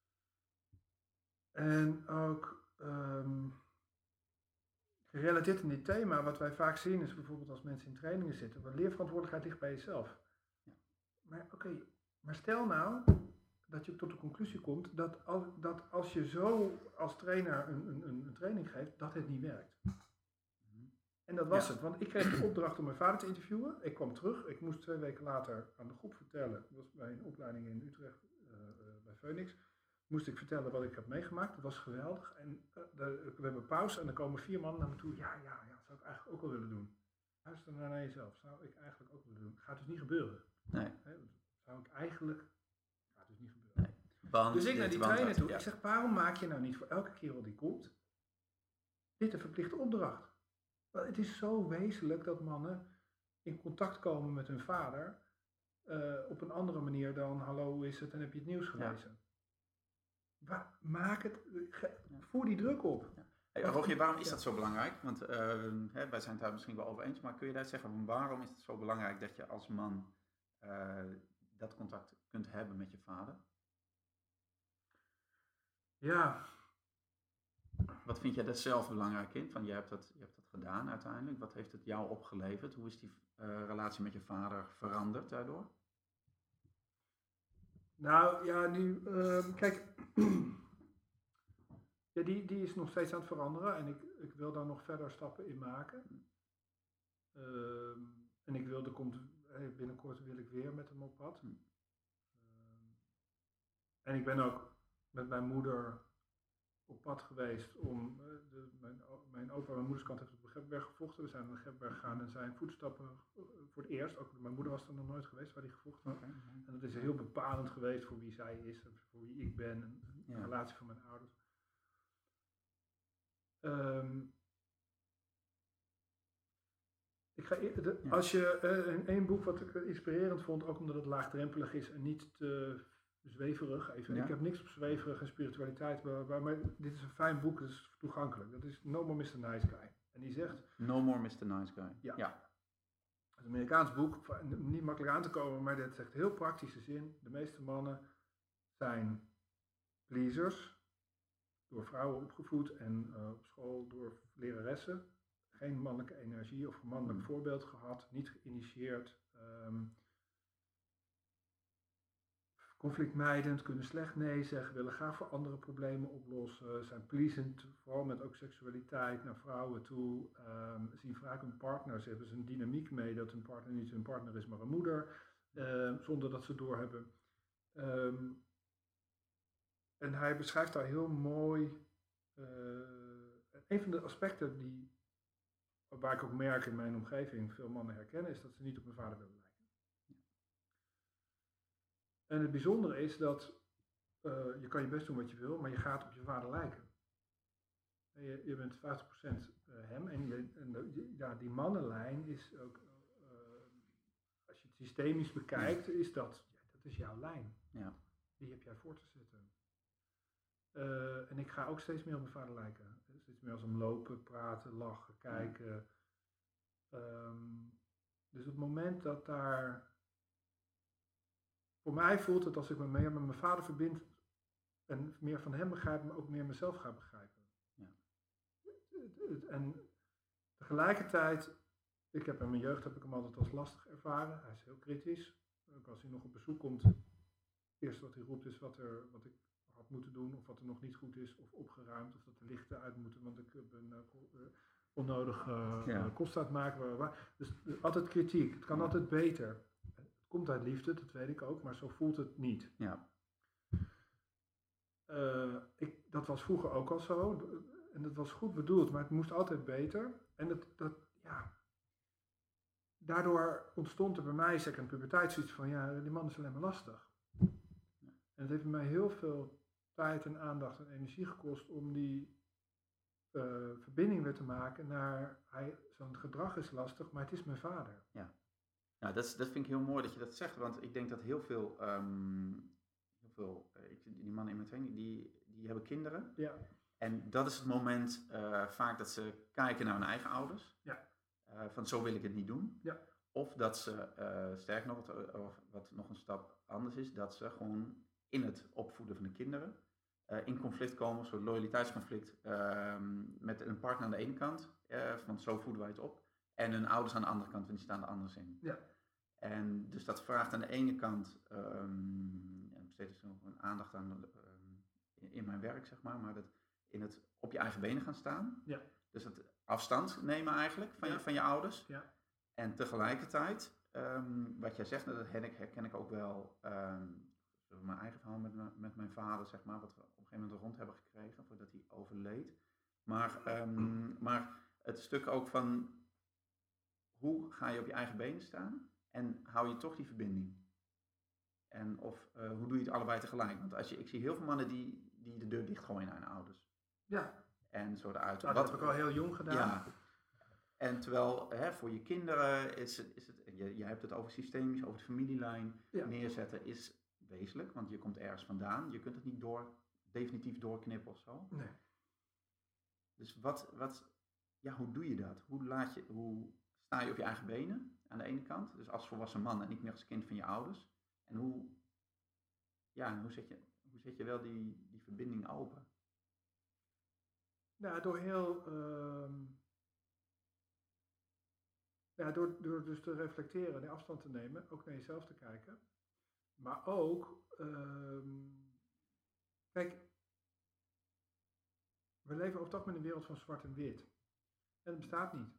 En ook gerelateerd aan dit thema, wat wij vaak zien is bijvoorbeeld als mensen in trainingen zitten, want leerverantwoordelijkheid ligt bij jezelf. Ja. Maar maar stel nou dat je tot de conclusie komt dat als je zo als trainer een training geeft, dat het niet werkt. En dat was het, want ik kreeg de opdracht om mijn vader te interviewen. Ik kwam terug, ik moest 2 weken later aan de groep vertellen, dat was bij een opleiding in Utrecht, bij Phoenix, moest ik vertellen wat ik heb meegemaakt. Dat was geweldig. En we hebben pauze en dan komen 4 mannen naar me toe. Ja, dat zou ik eigenlijk ook wel willen doen. Luister naar jezelf, zou ik eigenlijk ook willen doen. Gaat dus niet gebeuren. Nee. Zou ik eigenlijk, gaat dus niet gebeuren. Nee. Dus ik naar die trainer toe, ik zeg, waarom maak je nou niet voor elke kerel die komt, dit een verplichte opdracht? Want het is zo wezenlijk dat mannen in contact komen met hun vader op een andere manier dan, hallo, hoe is het en heb je het nieuws gelezen? Ja. Maak het, voer die druk op. Ja. Hey, Rogier, waarom is dat zo belangrijk? Want wij zijn het daar misschien wel over eens, maar kun je daar zeggen, waarom is het zo belangrijk dat je als man dat contact kunt hebben met je vader? Ja. Wat vind jij daar zelf belangrijk in? Van, je hebt dat gedaan uiteindelijk. Wat heeft het jou opgeleverd? Hoe is die relatie met je vader veranderd daardoor? Nou ja, nu, kijk, ja, die is nog steeds aan het veranderen en ik wil daar nog verder stappen in maken. En binnenkort wil ik weer met hem op pad. En ik ben ook met mijn moeder op pad geweest om, mijn opa en mijn moeders kant heeft op de Gebberg gevochten. We zijn naar de Gebberg gegaan en zijn voetstappen voor het eerst, ook mijn moeder was er nog nooit geweest waar die gevochten had. En dat is heel bepalend geweest voor wie zij is en voor wie ik ben en de relatie van mijn ouders. Als je in één boek wat ik inspirerend vond, ook omdat het laagdrempelig is en niet te zweverig. Even. Ja. Ik heb niks op zweverig en spiritualiteit, maar dit is een fijn boek, dat is toegankelijk. Dat is No More Mr. Nice Guy. En die zegt... No More Mr. Nice Guy. Ja. Het is een Amerikaans boek, niet makkelijk aan te komen, maar dit zegt heel praktische zin. De meeste mannen zijn pleasers, door vrouwen opgevoed en op school door leraressen. Geen mannelijke energie of mannelijk voorbeeld gehad, niet geïnitieerd. Conflictmijdend, kunnen slecht nee zeggen, willen graag voor andere problemen oplossen, zijn pleasend, vooral met ook seksualiteit naar vrouwen toe, zien vaak hun partners, hebben ze een dynamiek mee dat hun partner niet hun partner is, maar een moeder, zonder dat ze doorhebben. En hij beschrijft daar heel mooi, een van de aspecten waar ik ook merk in mijn omgeving, veel mannen herkennen, is dat ze niet op hun vader willen lijken. En het bijzondere is dat je kan je best doen wat je wil, maar je gaat op je vader lijken. Je bent 50% hem en die mannenlijn is ook, als je het systemisch bekijkt, is dat is jouw lijn. Ja. Die heb jij voor te zetten. En ik ga ook steeds meer op mijn vader lijken. Steeds meer als hem lopen, praten, lachen, kijken. Dus op het moment dat daar... Voor mij voelt het als ik me meer met mijn vader verbind en meer van hem begrijp, maar ook meer mezelf ga begrijpen. Ja. En tegelijkertijd, ik heb in mijn jeugd hem altijd als lastig ervaren. Hij is heel kritisch. Ook als hij nog op bezoek komt, het eerste wat hij roept is wat ik had moeten doen, of wat er nog niet goed is, of opgeruimd, of dat de lichten uit moeten, want ik ben onnodig kost aan het maken. Dus altijd kritiek. Het kan altijd beter. Komt uit liefde, dat weet ik ook, maar zo voelt het niet. Ja. Dat was vroeger ook al zo. En dat was goed bedoeld, maar het moest altijd beter. En daardoor ontstond er bij mij, zeker in de puberteit, zoiets van, die man is alleen maar lastig. En het heeft mij heel veel tijd en aandacht en energie gekost om die verbinding weer te maken naar, zo'n gedrag is lastig, maar het is mijn vader. Ja. Nou, dat vind ik heel mooi dat je dat zegt, want ik denk dat heel veel die mannen in mijn training, die hebben kinderen. Ja. En dat is het moment vaak dat ze kijken naar hun eigen ouders. Ja. Van zo wil ik het niet doen. Ja. Of dat ze, sterk nog, wat nog een stap anders is, dat ze gewoon in het opvoeden van de kinderen in conflict komen, een soort loyaliteitsconflict met een partner aan de ene kant, want zo voeden wij het op, en hun ouders aan de andere kant, want die staan er anders in. Ja. En dus dat vraagt aan de ene kant, en besteed dus nog een aandacht aan in mijn werk, zeg maar dat in het op je eigen benen gaan staan. Ja. Dus het afstand nemen eigenlijk van je ouders. Ja. En tegelijkertijd, wat jij zegt, dat herken ik ook wel, mijn eigen verhaal met mijn vader, zeg maar, wat we op een gegeven moment rond hebben gekregen voordat hij overleed. Maar het stuk ook van, hoe ga je op je eigen benen staan en hou je toch die verbinding? En hoe doe je het allebei tegelijk? Want ik zie heel veel mannen die de deur dichtgooien naar hun ouders. Ja. En zo eruit. Nou, dat heb ik al heel jong gedaan. Ja. En terwijl voor je kinderen is het je hebt het over systemisch, over de familielijn neerzetten is wezenlijk, want je komt ergens vandaan. Je kunt het niet definitief doorknippen of zo. Nee. Dus hoe doe je dat? Hoe sta je op je eigen benen aan de ene kant, dus als volwassen man en niet meer als kind van je ouders? En hoe zet je wel die verbinding open? Nou, door heel... door dus te reflecteren, die afstand te nemen, ook naar jezelf te kijken. Maar ook, kijk, we leven over het algemeen in een wereld van zwart en wit. En dat bestaat niet.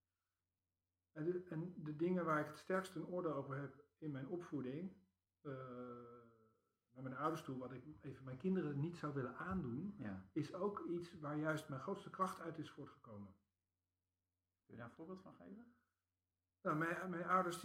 En de dingen waar ik het sterkste een oordeel over heb in mijn opvoeding, naar mijn ouders toe, wat ik even mijn kinderen niet zou willen aandoen, is ook iets waar juist mijn grootste kracht uit is voortgekomen. Kun je daar een voorbeeld van geven? Nou, mijn ouders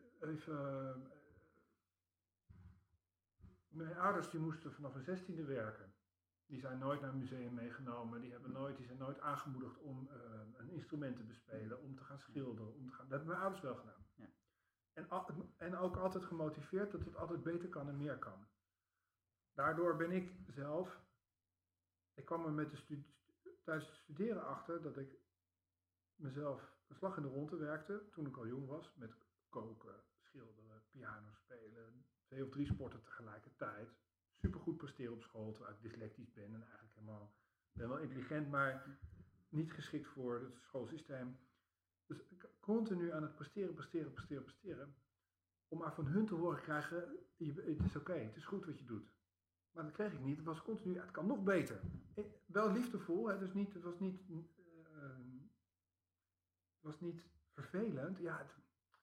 die moesten vanaf hun 16e werken. Die zijn nooit naar een museum meegenomen. Die zijn nooit aangemoedigd om een instrument te bespelen, om te gaan schilderen. Dat hebben mijn ouders wel gedaan. Ja. En ook altijd gemotiveerd dat het altijd beter kan en meer kan. Daardoor ben ik zelf... Ik kwam er tijdens het studeren achter dat ik mezelf een slag in de ronde werkte toen ik al jong was, met koken, schilderen, piano spelen, 2 of 3 sporten tegelijkertijd. Supergoed presteren op school, terwijl ik dyslectisch ben en eigenlijk ben wel intelligent, maar niet geschikt voor het schoolsysteem. Dus continu aan het presteren, om maar van hun te horen krijgen, het is oké, het is goed wat je doet. Maar dat kreeg ik niet, het was continu, het kan nog beter. Wel liefdevol, het was niet vervelend, het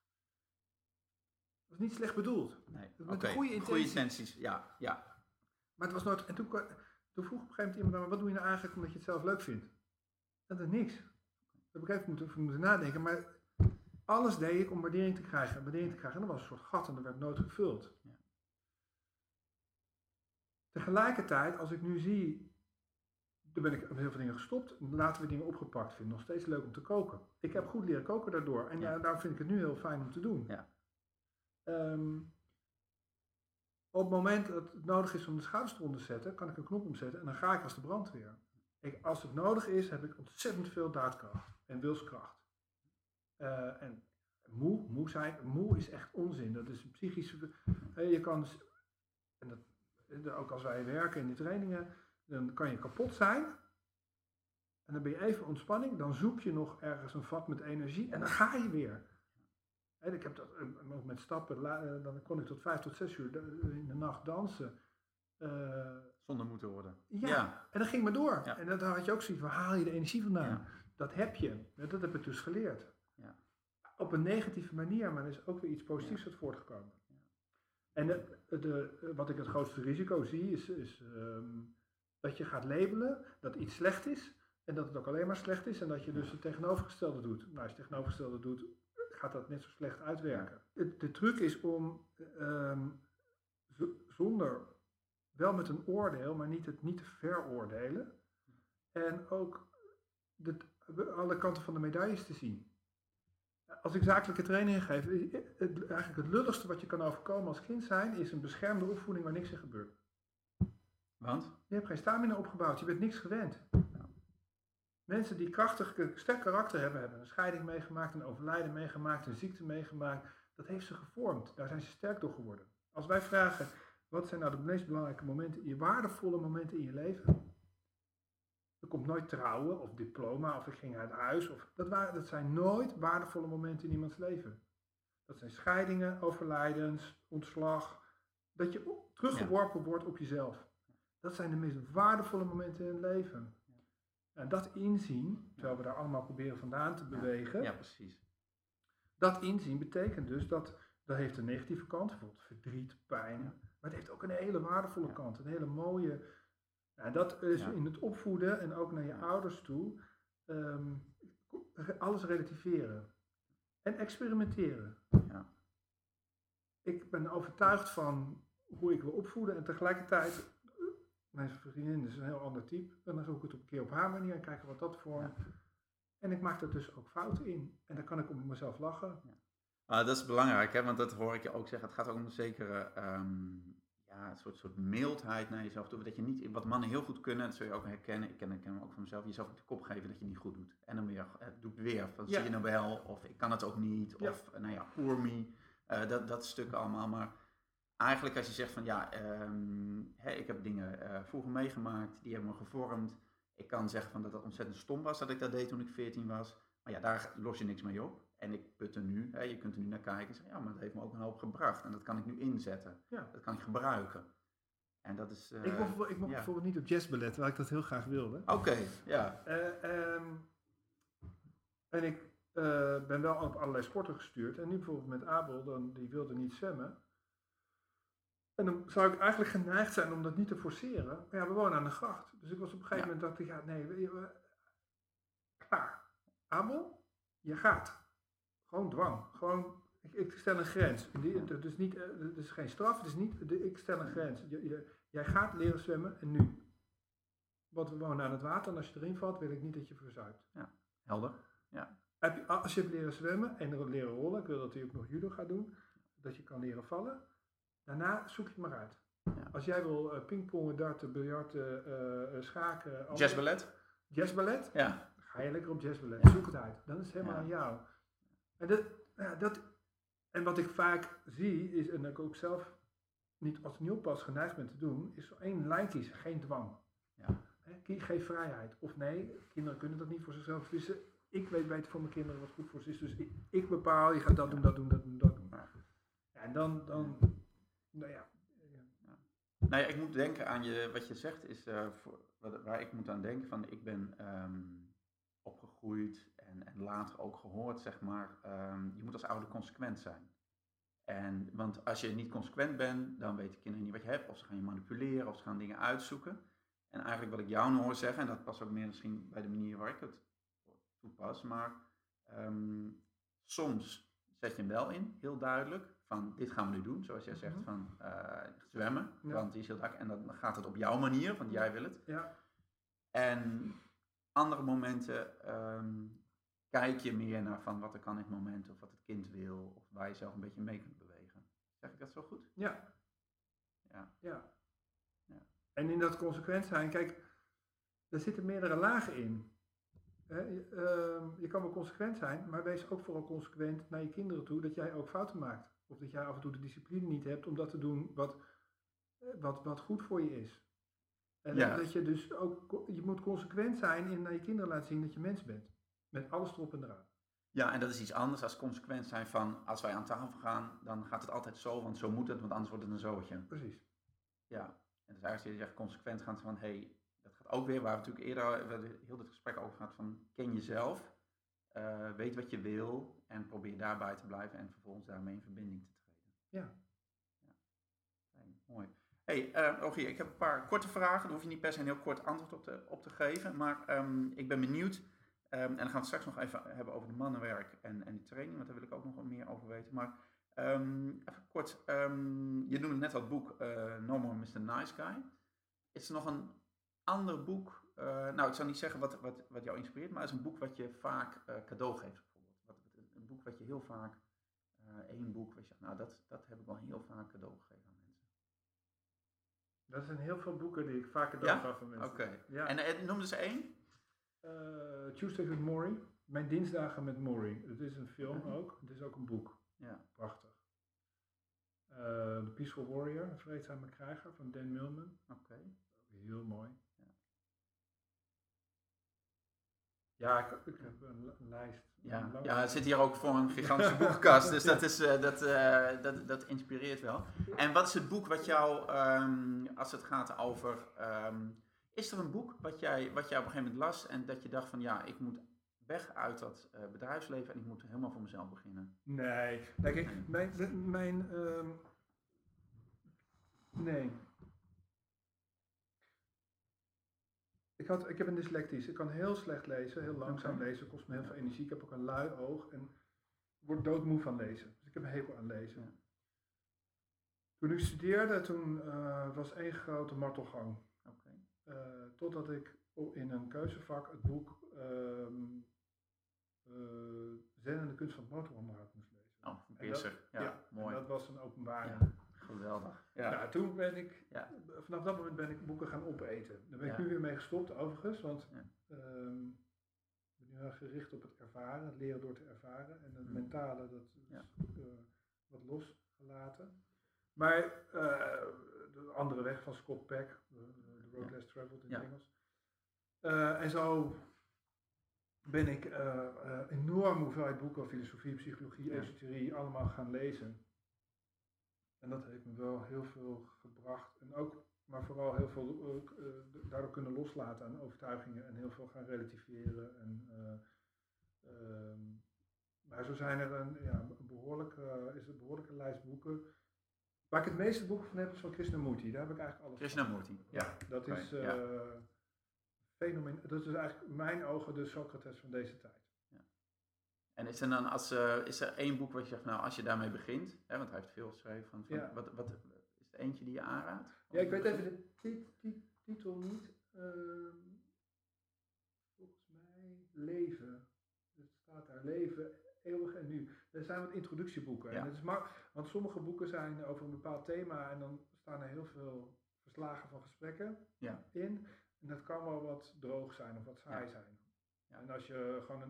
was niet slecht bedoeld. Nee, met goede intenties. Ja. Maar het was nooit, en toen vroeg op een gegeven moment iemand aan me, wat doe je nou eigenlijk omdat je het zelf leuk vindt? En dat is niks. Daar heb ik even moeten nadenken, maar alles deed ik om waardering te krijgen. En dat was een soort gat en dat werd nooit gevuld. Ja. Tegelijkertijd, als ik nu zie, toen ben ik met heel veel dingen gestopt, later weer dingen opgepakt, vind ik nog steeds leuk om te koken. Ik heb goed leren koken daardoor en daarom vind ik het nu heel fijn om te doen. Ja. Op het moment dat het nodig is om de schouders eronder te zetten, kan ik een knop omzetten en dan ga ik als de brandweer. Als het nodig is, heb ik ontzettend veel daadkracht en wilskracht. En moe is echt onzin. Dat is een psychische... Je kan... ook als wij werken in die trainingen, dan kan je kapot zijn. En dan ben je even ontspanning, dan zoek je nog ergens een vat met energie en dan ga je weer. Ik heb dat ook met stappen, dan kon ik tot 5 tot 6 uur in de nacht dansen. Zonder moeten worden. Ja, en dat ging maar door. Ja. En dan had je ook zoiets, waar haal je de energie vandaan? Ja. Dat heb je. Dat heb ik dus geleerd. Ja. Op een negatieve manier, maar er is ook weer iets positiefs uit voortgekomen. Ja. En wat ik het grootste risico zie, is dat je gaat labelen dat iets slecht is. En dat het ook alleen maar slecht is. En dat je dus het tegenovergestelde doet. Nou, als je het tegenovergestelde doet, gaat dat net zo slecht uitwerken. De truc is om zonder wel met een oordeel, maar niet te veroordelen. En ook alle kanten van de medailles te zien. Als ik zakelijke trainingen geef, eigenlijk het lulligste wat je kan overkomen als kind zijn, is een beschermde opvoeding waar niks in gebeurt. Want? Je hebt geen stamina opgebouwd, je bent niks gewend. Mensen die sterk karakter hebben een scheiding meegemaakt, een overlijden meegemaakt, een ziekte meegemaakt. Dat heeft ze gevormd. Daar zijn ze sterk door geworden. Als wij vragen, wat zijn nou de meest belangrijke momenten, je waardevolle momenten in je leven? Er komt nooit trouwen of diploma of ik ging uit huis. Dat zijn nooit waardevolle momenten in iemands leven. Dat zijn scheidingen, overlijdens, ontslag. Dat je teruggeworpen wordt op jezelf. Dat zijn de meest waardevolle momenten in het leven. En dat inzien, terwijl we daar allemaal proberen vandaan te bewegen. Ja, precies. Dat inzien betekent dus dat heeft een negatieve kant, bijvoorbeeld verdriet, pijn. Maar het heeft ook een hele waardevolle kant, een hele mooie. En dat is in het opvoeden en ook naar je ouders toe, alles relativeren. En experimenteren. Ja. Ik ben overtuigd van hoe ik wil opvoeden en tegelijkertijd, mijn vriendin is een heel ander type. En dan zoek ik het een keer op haar manier en kijken wat dat voor. Ja. En ik maak er dus ook fouten in. En dan kan ik om mezelf lachen. Ja. Dat is belangrijk, hè? Want dat hoor ik je ook zeggen. Het gaat ook om een zekere een soort mildheid naar jezelf toe. Dat je niet, wat mannen heel goed kunnen, dat zul je ook herkennen. Ik ken hem ook van mezelf. Jezelf niet de kop geven dat je niet goed doet. En dan weer, doe het weer. Van, zie je nou wel? Of ik kan het ook niet. Ja. Of poor me. Dat stuk allemaal. Maar eigenlijk als je zegt van ik heb dingen vroeger meegemaakt. Die hebben me gevormd. Ik kan zeggen van dat het ontzettend stom was dat ik dat deed toen ik 14 was. Maar daar los je niks mee op. En ik put er nu, je kunt er nu naar kijken en zeggen, maar dat heeft me ook een hoop gebracht. En dat kan ik nu inzetten. Ja. Dat kan ik gebruiken. En dat is... ik mocht bijvoorbeeld niet op jazzballet, waar ik dat heel graag wilde. Oké, ja. En ik ben wel op allerlei sporten gestuurd. En nu bijvoorbeeld met Abel, die wilde niet zwemmen. En dan zou ik eigenlijk geneigd zijn om dat niet te forceren. Maar we wonen aan de gracht. Dus ik was op een gegeven moment, dacht ik, klaar. Abel, je gaat. Gewoon dwang. Gewoon, ik stel een grens. Dus niet, het is geen straf, het is niet, ik stel een grens. Jij gaat leren zwemmen en nu. Want we wonen aan het water en als je erin valt, wil ik niet dat je verzuipt. Ja, helder. Ja. Als je hebt leren zwemmen en leren rollen, ik wil dat hij ook nog judo gaat doen, dat je kan leren vallen. Daarna zoek je het maar uit. Ja. Als jij wil pingpongen, darten, biljarten, schaken... Jazzballet? Ja. Ga je lekker op jazzballet. Ja. Zoek het uit. Dan is het helemaal aan jou. En wat ik vaak zie, is, en dat ik ook zelf niet als nieuwpas geneigd ben te doen, is één lijn kiezen, geen dwang. Ja. Geef vrijheid. Of nee, kinderen kunnen dat niet voor zichzelf. Dus ik weet voor mijn kinderen wat goed voor ze is. Dus ik bepaal, je gaat dat doen, dat doen, dat doen, dat doen. Ja, en dan Nou ja, ik moet denken aan wat je zegt, is waar ik moet aan denken van, ik ben opgegroeid en later ook gehoord, zeg maar, je moet als ouder consequent zijn. Want als je niet consequent bent, dan weten kinderen niet wat je hebt, of ze gaan je manipuleren, of ze gaan dingen uitzoeken. En eigenlijk wat ik jou nu hoor zeggen, en dat past ook meer misschien bij de manier waar ik het toepas, maar soms zet je hem wel in, heel duidelijk, van dit gaan we nu doen, zoals jij zegt, van zwemmen, want die is heel duidelijk, en dan gaat het op jouw manier, want jij wil het. Ja. En andere momenten kijk je meer naar van wat er kan in het moment, of wat het kind wil, of waar je zelf een beetje mee kunt bewegen. Zeg ik dat zo goed? Ja. En in dat consequent zijn, kijk, er zitten meerdere lagen in. Je kan wel consequent zijn, maar wees ook vooral consequent naar je kinderen toe dat jij ook fouten maakt. Of dat jij af en toe de discipline niet hebt om dat te doen wat goed voor je is. En dat je dus ook, je moet consequent zijn in naar je kinderen laten zien dat je mens bent. Met alles erop en eraan. Ja, en dat is iets anders als consequent zijn van, als wij aan tafel gaan, dan gaat het altijd zo, want zo moet het, want anders wordt het een zootje. Precies. Ja, en dus eigenlijk je zegt consequent gaan van, dat gaat ook weer, waar we natuurlijk eerder heel dit gesprek over gaat van, ken jezelf, weet wat je wil en probeer daarbij te blijven en vervolgens daarmee in verbinding te treden. Ja. Mooi. Rogier, ik heb een paar korte vragen, daar hoef je niet per se een heel kort antwoord op te geven, maar ik ben benieuwd, en dan gaan we het straks nog even hebben over de mannenwerk en die training, want daar wil ik ook nog wat meer over weten, maar Even kort, je noemde net al het boek No More Mr. Nice Guy. Is er nog een ander boek, nou ik zou niet zeggen wat jou inspireert, maar is een boek wat je vaak cadeau geeft bijvoorbeeld? Een boek wat je heel vaak, één boek waar je zegt, nou dat heb ik wel heel vaak cadeau gegeven aan mensen. Dat zijn heel veel boeken die ik vaak cadeau gaf aan mensen. Oké. Ja. En noem eens één. Tuesdays with Morrie. Mijn dinsdagen met Morrie. Het is een film ook. Het is ook een boek. Ja. Prachtig. The Peaceful Warrior, een vreedzame krijger van Dan Millman. Oké. Heel mooi. Ja, ik heb een lijst. Ja, het zit hier ook voor een gigantische boekenkast, dus dat inspireert wel. En wat is het boek wat jou, als het gaat over, is er een boek wat jij op een gegeven moment las en dat je dacht van ja, ik moet weg uit dat bedrijfsleven en ik moet helemaal voor mezelf beginnen? Nee, kijk, nee. Ik heb een dyslectisch. Ik kan heel slecht lezen, heel langzaam lezen, kost me heel veel energie. Ik heb ook een lui oog en word doodmoe van lezen. Dus ik heb een hekel aan lezen. Ja. Toen ik studeerde, toen was één grote martelgang. Totdat ik in een keuzevak het boek Zen en de kunst van het motoronderhoud moest lezen. Oh, van Pearser. Ja, mooi. En dat was een openbaring. Ja, geweldig. Ja. Nou, toen ben ik, vanaf dat moment ben ik boeken gaan opeten. Daar ben ik nu weer mee gestopt overigens, want ik ben nu heel gericht op het ervaren, het leren door te ervaren. En het mentale, dat is wat losgelaten. Maar de andere weg van Scott Peck, The Road Less Traveled in het Engels. En zo ben ik enorm hoeveelheid boeken, filosofie, psychologie, esoterie, allemaal gaan lezen. En dat heeft me wel heel veel gebracht. En ook, maar vooral heel veel daardoor kunnen loslaten aan overtuigingen en heel veel gaan relativeren. Maar zo zijn er een behoorlijke lijst boeken. Waar ik het meeste boeken van heb is van Krishnamurti. Daar heb ik eigenlijk alles Krishnamurti, ja. Dat is fenomeen. Dat is eigenlijk in mijn ogen de Socrates van deze tijd. En is er dan is er één boek wat je zegt, nou als je daarmee begint, hè, want hij heeft veel geschreven, wat is er eentje die je aanraadt? Ja, ik weet even de titel niet. Volgens mij Leven. Het staat daar Leven, Eeuwig en Nu. Er zijn wat introductieboeken. En het is want sommige boeken zijn over een bepaald thema en dan staan er heel veel verslagen van gesprekken in. En dat kan wel wat droog zijn of wat saai zijn. Ja. En als je gewoon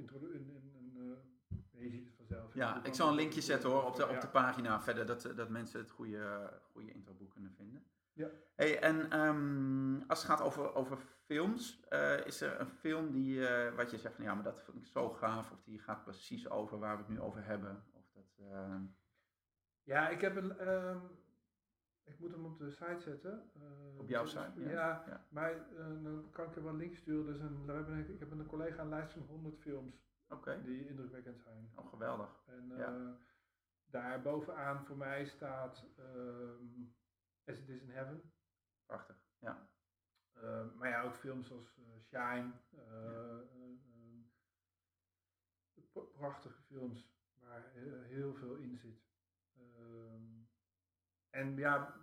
je ziet het vanzelf. Ja, ik zal een linkje zetten hoor op de pagina verder, dat mensen het goede introboek kunnen vinden. Ja. Hey, en als het gaat over films, is er een film die wat je zegt van ja, maar dat vind ik zo gaaf, of die gaat precies over waar we het nu over hebben? Of dat, Ja, ik heb ik moet hem op de site zetten. Op jouw site? Ja. Maar dan kan ik er wel een link sturen. Dus ik heb met een collega een lijst van 100 films die indrukwekkend zijn. Oh, geweldig. En daar bovenaan voor mij staat As It Is in Heaven. Prachtig, ja. Maar ja, ook films als Shine. Prachtige films waar heel veel in zit. En ja,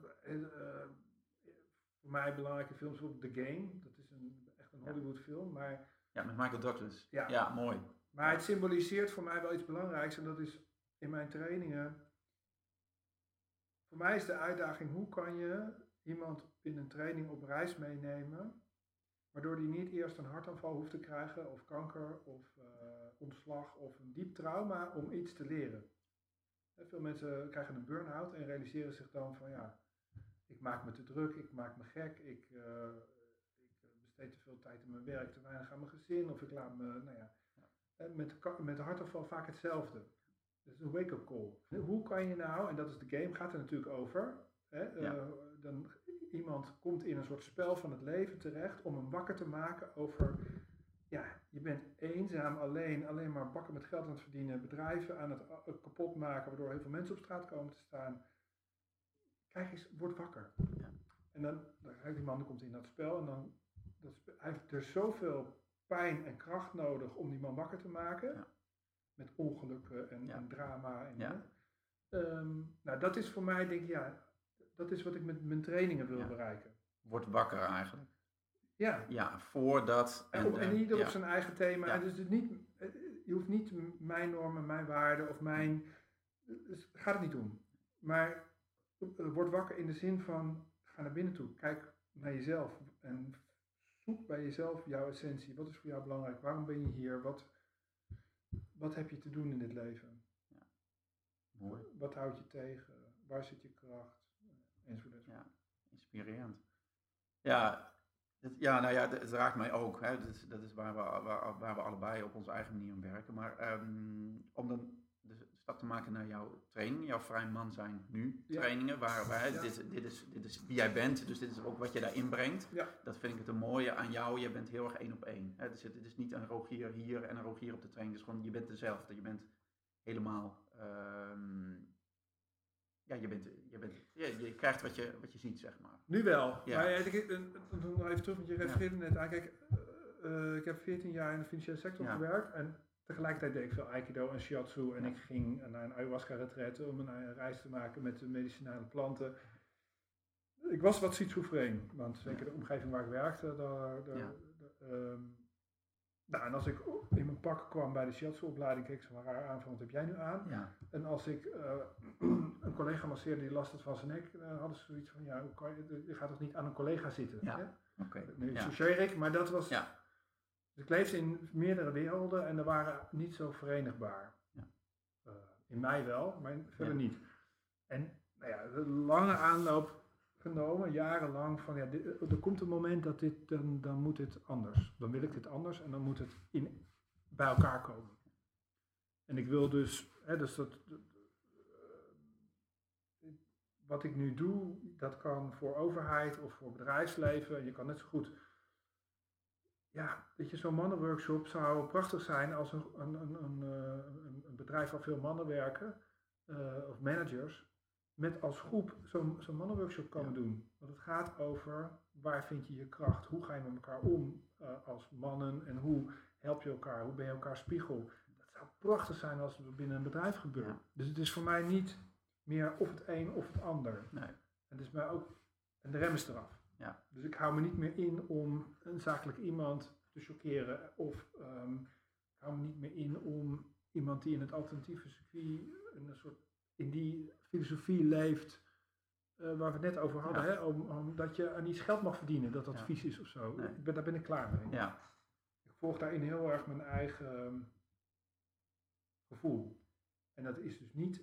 voor mij belangrijke films bijvoorbeeld The Game. Dat is echt een Hollywood film. Maar, ja, met Michael Douglas. Ja, mooi. Maar het symboliseert voor mij wel iets belangrijks. En dat is in mijn trainingen. Voor mij is de uitdaging, hoe kan je iemand in een training op reis meenemen, waardoor die niet eerst een hartaanval hoeft te krijgen, of kanker, of ontslag, of een diep trauma om iets te leren. Veel mensen krijgen een burn-out en realiseren zich dan van ja, ik maak me te druk, ik maak me gek, ik besteed te veel tijd in mijn werk, te weinig aan mijn gezin, of ik laat me, met de hartaanval vaak hetzelfde. Dat is een wake-up call. Hoe kan je nou, en dat is de game, gaat er natuurlijk over, dan iemand komt in een soort spel van het leven terecht om hem wakker te maken over, ja, je bent eenzaam, alleen maar bakken met geld aan het verdienen, bedrijven aan het kapot maken, waardoor heel veel mensen op straat komen te staan. Kijk eens, word wakker. Ja. En dan die man komt in dat spel en dan, hij heeft er zoveel pijn en kracht nodig om die man wakker te maken. Ja. Met ongelukken en drama. Nou, dat is voor mij, denk ik, dat is wat ik met mijn trainingen wil bereiken. Word wakker eigenlijk. Ja. Ja, voordat... En ieder op zijn eigen thema. Ja. Dus je hoeft niet mijn normen, mijn waarden of mijn... Dus gaat het niet om. Maar word wakker in de zin van, ga naar binnen toe. Kijk naar jezelf en zoek bij jezelf jouw essentie. Wat is voor jou belangrijk? Waarom ben je hier? Wat heb je te doen in dit leven? Ja. Mooi. Wat houdt je tegen? Waar zit je kracht? Enzovoort. Ja, inspirerend. Het raakt mij ook. Hè. Dat is waar we allebei op onze eigen manier aan werken. Maar om dan de stap te maken naar jouw training, jouw vrij man zijn nu trainingen, dit is wie jij bent, dus dit is ook wat je daarin brengt. Ja. Dat vind ik het een mooie aan jou. Je bent heel erg 1 op 1. Hè. Dus het is niet een Rogier hier en een Rogier op de training. Het is gewoon, je bent dezelfde. Je bent helemaal... je krijgt wat je ziet, zeg maar. Nu wel. Ja. Maar nog even terug, want je refereerde net aan. Kijk, ik heb 14 jaar in de financiële sector gewerkt. En tegelijkertijd deed ik veel Aikido en Shiatsu. En ik ging naar een ayahuasca-retraite om een reis te maken met de medicinale planten. Ik was wat schizofreen. Want zeker de omgeving waar ik werkte, en als ik in mijn pak kwam bij de Shiatsu-opleiding, keek ze me raar aan van, wat heb jij nu aan? Ja. En als ik een collega masseerde die last had van zijn nek, dan hadden ze zoiets van, je gaat toch niet aan een collega zitten? Ja. Okay. Nu associeer ik, maar dat was... Ja. Dus ik leefde in meerdere werelden en er waren niet zo verenigbaar. Ja. In mij wel, maar verder niet. En de lange aanloop genomen, jarenlang van er komt een moment dat dan moet dit anders. Dan wil ik dit anders en dan moet het bij elkaar komen. En ik wil dus wat ik nu doe, dat kan voor overheid of voor bedrijfsleven. Je kan net zo goed, weet je, zo'n mannenworkshop zou prachtig zijn als een bedrijf waar veel mannen werken, of managers, met als groep zo'n mannenworkshop komen doen. Want het gaat over waar vind je je kracht, hoe ga je met elkaar om als mannen en hoe help je elkaar, hoe ben je elkaar spiegel. Dat zou prachtig zijn als het binnen een bedrijf gebeurt. Ja. Dus het is voor mij niet meer of het een of het ander. Nee. En het is mij ook, en de rem is eraf. Ja. Dus ik hou me niet meer in om een zakelijk iemand te choqueren of ik hou me niet meer in om iemand die in het alternatieve circuit een soort in die filosofie leeft, waar we het net over hadden, hè, omdat je aan iets geld mag verdienen, dat vies is of zo. Nee. Daar ben ik klaar mee. Ja. Ik volg daarin heel erg mijn eigen gevoel. En dat is dus niet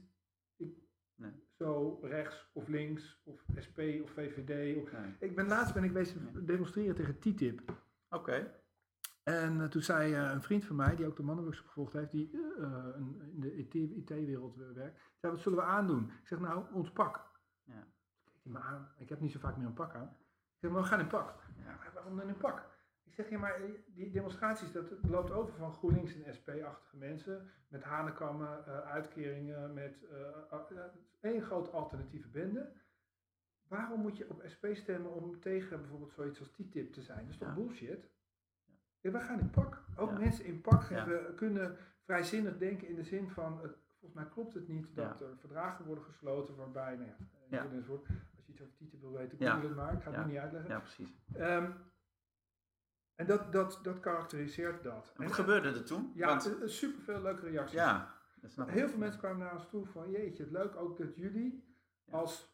zo rechts of links of SP of VVD. Laatst ben ik bezig demonstreren tegen TTIP. Oké. En toen zei een vriend van mij, die ook de mannenworkshop gevolgd heeft, die in de IT-wereld werkt, zei, wat zullen we aandoen? Ik zeg, nou, ons pak. Ja. Toen keek hij me aan, ik heb niet zo vaak meer een pak aan. Ik zeg, maar we gaan in pak. Ja, waarom dan in pak? Ik zeg, ja, maar die demonstraties, dat loopt over van GroenLinks en SP-achtige mensen, met hanenkammen, uitkeringen, met één grote alternatieve bende. Waarom moet je op SP stemmen om tegen bijvoorbeeld zoiets als TTIP te zijn? Dat is toch bullshit? Ja, we gaan in pak. Ook mensen in pak kunnen vrijzinnig denken in de zin van, volgens mij klopt het niet dat er verdragen worden gesloten waarbij, als je iets over TTIP wil weten, google het maar. Ik ga het nu niet uitleggen. Ja, precies. En dat karakteriseert dat. Wat gebeurde er toen? Ja, superveel leuke reacties. Ja, dat snap ik. Heel veel mensen kwamen naar ons toe van, jeetje, het leuk ook dat jullie als...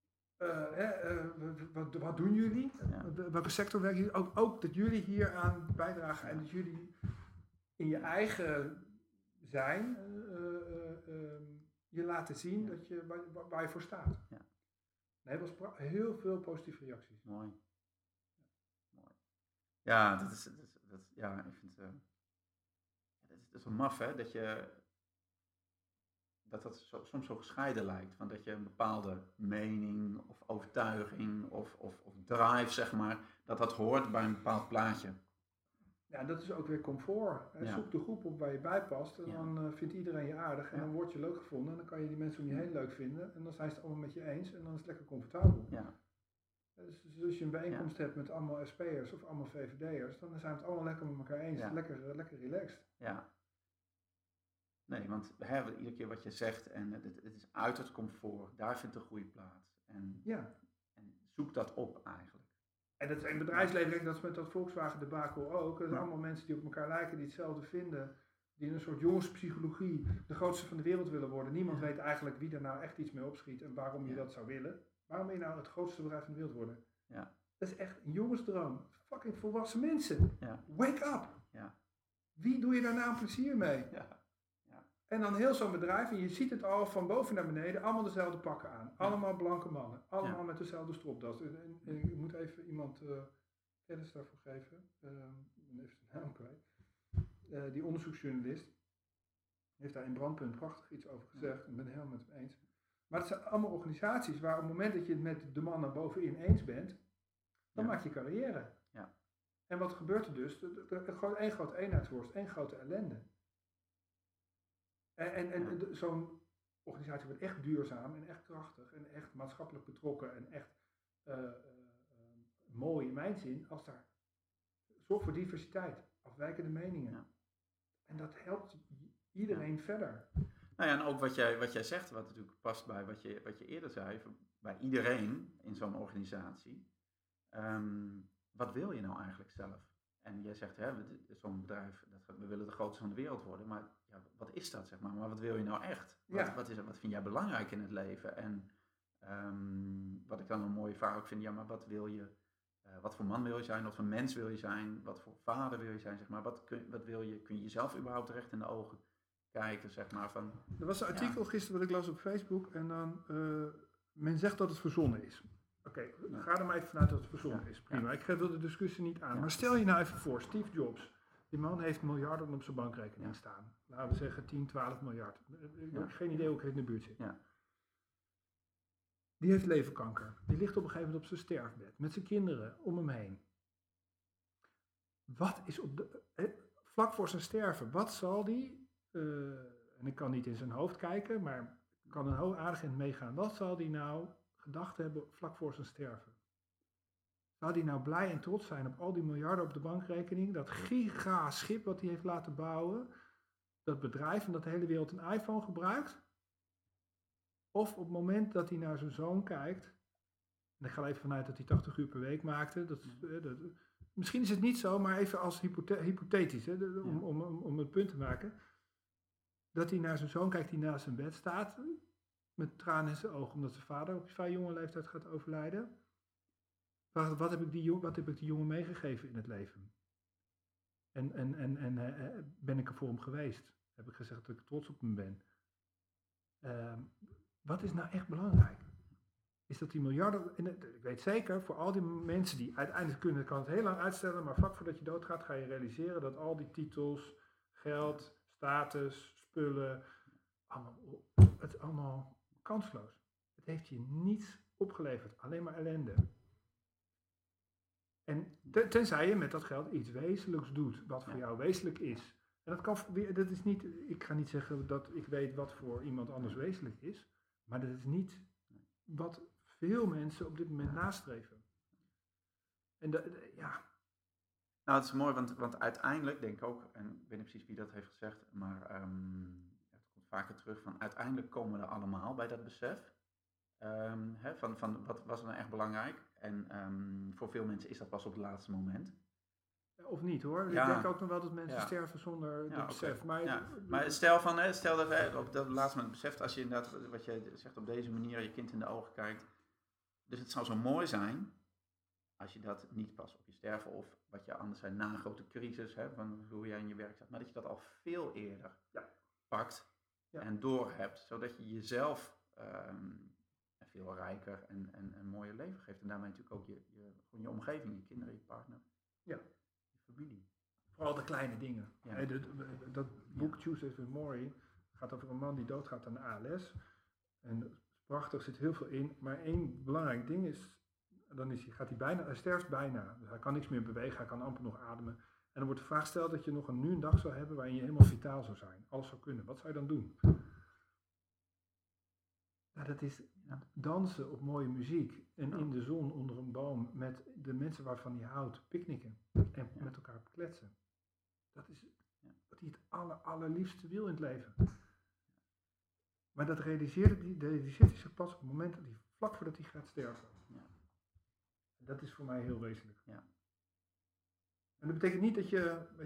wat doen jullie? Welke sector werken jullie? Ook dat jullie hier aan bijdragen en dat jullie in je eigen zijn je laten zien dat je, waar je voor staat. Ja. Nee, er was heel veel positieve reacties. Mooi. Mooi. Ja, ik vind dat is wel maf, hè, dat soms zo gescheiden lijkt. Van dat je een bepaalde mening of overtuiging of drive, zeg maar, dat hoort bij een bepaald plaatje. Ja, dat is ook weer comfort. Ja. Zoek de groep op waar je bij past en dan vindt iedereen je aardig en dan word je leuk gevonden en dan kan je die mensen om je heen leuk vinden en dan zijn ze het allemaal met je eens en dan is het lekker comfortabel. Ja. Dus als je een bijeenkomst hebt met allemaal SP'ers of allemaal VVD'ers, dan zijn we het allemaal lekker met elkaar eens, lekker relaxed. Ja. Nee, want iedere keer wat je zegt en het is uit het comfort, daar vindt een groei plaats. En zoek dat op eigenlijk. En dat is in bedrijfsleven, dat is met dat Volkswagen debacle ook. Dat zijn allemaal mensen die op elkaar lijken, die hetzelfde vinden. Die in een soort jongenspsychologie de grootste van de wereld willen worden. Niemand weet eigenlijk wie er nou echt iets mee opschiet en waarom je dat zou willen. Waarom wil je nou het grootste bedrijf van de wereld worden? Ja. Dat is echt een jongensdroom. Fucking volwassen mensen. Ja. Wake up! Ja. Wie doe je daar nou een plezier mee? Ja. En dan heel zo'n bedrijf, en je ziet het al van boven naar beneden, allemaal dezelfde pakken aan. Allemaal blanke mannen. Allemaal met dezelfde stropdas. En ik moet even iemand kennis daarvoor geven. Ik ben even zijn naam kwijt. Die onderzoeksjournalist heeft daar in Brandpunt prachtig iets over gezegd. Ik ben het helemaal met hem eens. Maar het zijn allemaal organisaties waar op het moment dat je het met de mannen bovenin eens bent, dan maak je carrière. Ja. En wat gebeurt er dus? Één grote eenheidsworst, één grote ellende. En zo'n organisatie wordt echt duurzaam en echt krachtig en echt maatschappelijk betrokken en echt mooi in mijn zin als daar zorg voor diversiteit, afwijkende meningen. Ja. En dat helpt iedereen verder. Nou ja, en ook wat jij zegt, wat natuurlijk past bij wat je eerder zei, bij iedereen in zo'n organisatie. Wat wil je nou eigenlijk zelf? En jij zegt, zo'n bedrijf, we willen de grootste van de wereld worden, maar ja, wat is dat, zeg maar? Maar wat wil je nou echt? Wat vind jij belangrijk in het leven? En wat ik dan een mooie vraag ook vind, ja, maar wat wil je, wat voor man wil je zijn? Wat voor mens wil je zijn? Wat voor vader wil je zijn, zeg maar? Wat wil je, kun je jezelf überhaupt recht in de ogen kijken, zeg maar? Er was een artikel gisteren wat ik las op Facebook en dan, men zegt dat het verzonnen is. Oké, ga er maar even vanuit dat het verzonnen is. Prima, ik wil de discussie niet aan. Maar stel je nou even voor, Steve Jobs. Die man heeft miljarden op zijn bankrekening staan. Laten we zeggen 10, 12 miljard. Ik heb geen idee hoe ik in de buurt zit. Ja. Die heeft leverkanker. Die ligt op een gegeven moment op zijn sterfbed. Met zijn kinderen om hem heen. Wat is vlak voor zijn sterven, wat zal die... en ik kan niet in zijn hoofd kijken, maar ik kan er aardig in meegaan. Wat zal die nou gedacht hebben vlak voor zijn sterven? Zou die nou blij en trots zijn op al die miljarden op de bankrekening, dat gigaschip wat hij heeft laten bouwen, dat bedrijf en dat de hele wereld een iPhone gebruikt? Of op het moment dat hij naar zijn zoon kijkt, en ik ga er even vanuit dat hij 80 uur per week maakte, misschien is het niet zo, maar even als hypothetisch, om het punt te maken, dat hij naar zijn zoon kijkt die naast zijn bed staat, met tranen in zijn ogen, omdat zijn vader op vrij jonge leeftijd gaat overlijden. Wat heb ik die jongen meegegeven in het leven? En ben ik er voor hem geweest? Heb ik gezegd dat ik trots op hem ben? Wat is nou echt belangrijk? Is dat die miljarden, ik weet zeker, voor al die mensen die uiteindelijk kan het heel lang uitstellen, maar vlak voordat je doodgaat ga je realiseren dat al die titels, geld, status, spullen, het is allemaal kansloos. Het heeft je niets opgeleverd, alleen maar ellende. En tenzij je met dat geld iets wezenlijks doet, wat voor jou wezenlijk is. En dat is niet, ik ga niet zeggen dat ik weet wat voor iemand anders wezenlijk is, maar dat is niet wat veel mensen op dit moment nastreven. En Nou, het is mooi, want uiteindelijk denk ik ook, en ik weet niet precies wie dat heeft gezegd, maar het komt vaker terug van uiteindelijk komen we er allemaal bij dat besef. Van wat was er nou echt belangrijk? En voor veel mensen is dat pas op het laatste moment. Of niet hoor. Ik denk ook nog wel dat mensen sterven zonder dat besef. Maar stel dat je op dat laatste moment beseft, als je inderdaad, wat je zegt, op deze manier je kind in de ogen kijkt. Dus het zou zo mooi zijn als je dat niet pas op je sterven of wat je anders zei na een grote crisis, van hoe jij in je werk staat, maar dat je dat al veel eerder pakt en doorhebt, zodat je jezelf een veel rijker en een mooier leven geeft. En daarmee natuurlijk ook gewoon je omgeving, je kinderen, je partner, je familie. Vooral de kleine dingen. Ja. Dat boek Tuesdays with Morrie gaat over een man die doodgaat aan de ALS. En dat is prachtig, er zit heel veel in. Maar één belangrijk ding is, hij sterft bijna. Dus hij kan niks meer bewegen, hij kan amper nog ademen. En dan wordt de vraag gesteld dat je nog nu een dag zou hebben waarin je helemaal vitaal zou zijn. Alles zou kunnen. Wat zou je dan doen? Nou, dat is dansen op mooie muziek en in de zon onder een boom met de mensen waarvan je houdt picknicken en met elkaar kletsen. dat hij het allerliefste wil in het leven. Maar dat realiseert hij zich pas op het moment dat hij vlak voordat hij gaat sterven. Ja. Dat is voor mij heel wezenlijk. Ja. En dat betekent niet dat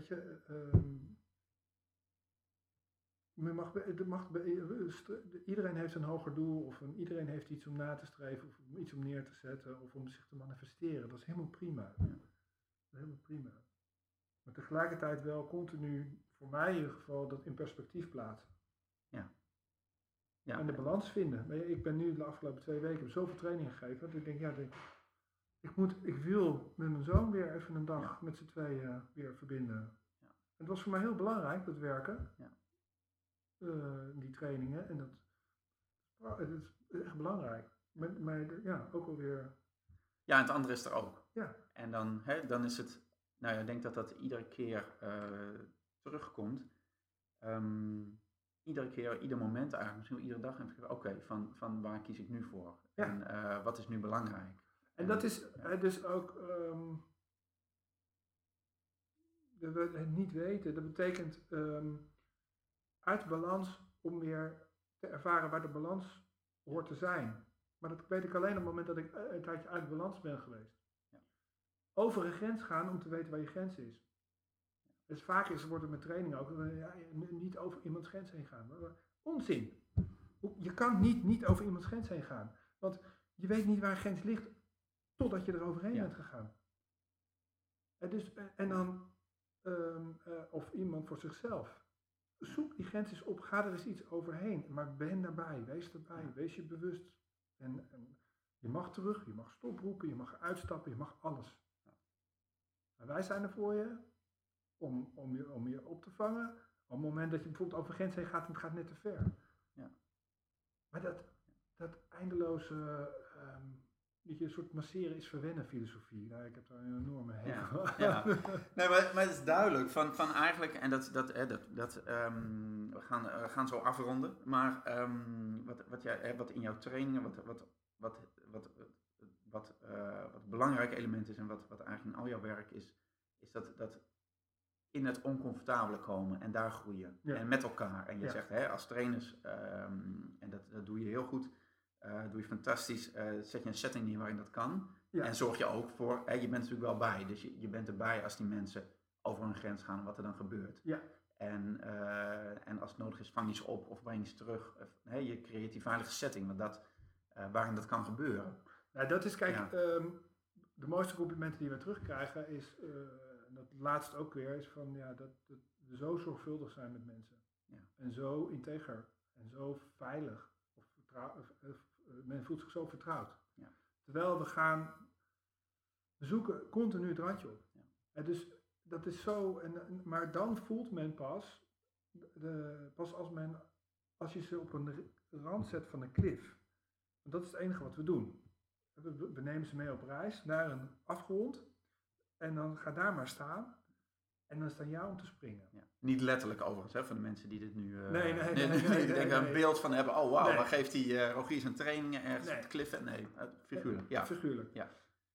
iedereen heeft een hoger doel of iedereen heeft iets om na te streven of iets om neer te zetten of om zich te manifesteren. Dat is helemaal prima. Ja. Helemaal prima. Maar tegelijkertijd wel continu, voor mij in ieder geval, dat in perspectief plaatsen. Ja. Ja. En de balans vinden. Ik ben nu de afgelopen 2 weken zoveel training gegeven dat ik denk, ik wil met mijn zoon weer even een dag met z'n tweeën weer verbinden. Ja. Het was voor mij heel belangrijk, dat werken. Ja. Die trainingen. En het is echt belangrijk. Maar ook alweer... Ja, en het andere is er ook. Ja. En dan is het... Nou ja, ik denk dat iedere keer terugkomt. Iedere keer, ieder moment eigenlijk, misschien wel iedere dag. En oké, van waar kies ik nu voor? Ja. En wat is nu belangrijk? En dat is dus ook... we het niet weten. Dat betekent uit balans om weer te ervaren waar de balans hoort te zijn. Maar dat weet ik alleen op het moment dat ik een tijdje uit balans ben geweest. Ja. Over een grens gaan om te weten waar je grens is. Dus vaak wordt het met training ook niet over iemands grens heen gaan. Maar onzin. Je kan niet over iemands grens heen gaan. Want je weet niet waar een grens ligt totdat je er overheen bent gegaan. En dan, of iemand voor zichzelf. Zoek die grens eens op, ga er eens iets overheen. Maar ben daarbij, wees erbij, wees je bewust. En je mag terug, je mag stoproepen, je mag uitstappen, je mag alles. En wij zijn er voor je om je op te vangen. Op het moment dat je bijvoorbeeld over grens heen gaat en het gaat net te ver. Ja. Maar dat eindeloze, een soort masseren is verwennen filosofie. Nou, ik heb daar een enorme hekel aan. Ja. Nee, maar het is duidelijk van eigenlijk, en we gaan zo afronden, maar wat in jouw trainingen, wat een belangrijk element is en wat eigenlijk in al jouw werk is dat in het oncomfortabele komen en daar groeien. Ja. En met elkaar. En je zegt, als trainers, en dat doe je heel goed, doe je fantastisch, zet je een setting neer waarin dat kan. Ja. En zorg je ook voor, je bent natuurlijk wel bij. Dus je bent erbij als die mensen over hun grens gaan en wat er dan gebeurt. Ja. En als het nodig is, vang je ze op of breng je ze terug. Je creëert die veilige setting waarin dat kan gebeuren. Nou, dat is, kijk, de mooiste complimenten die we terugkrijgen is, en dat laatst ook weer, is van dat we zo zorgvuldig zijn met mensen. Ja. En zo integer en zo veilig. Men voelt zich zo vertrouwd. Ja. Terwijl we zoeken continu het randje op. Ja. En dus dat is zo, maar dan voelt men pas als je ze op een rand zet van een klif. Want dat is het enige wat we doen. We nemen ze mee op reis naar een afgrond en dan ga daar maar staan. En dan is het aan jou om te springen. Ja. Niet letterlijk overigens, voor de mensen die dit nu... die denken een beeld van hebben, oh wauw, waar geeft die Rogier zijn trainingen ergens op de kliffen? Nee, figuurlijk. Ja. Figuurlijk. Ja.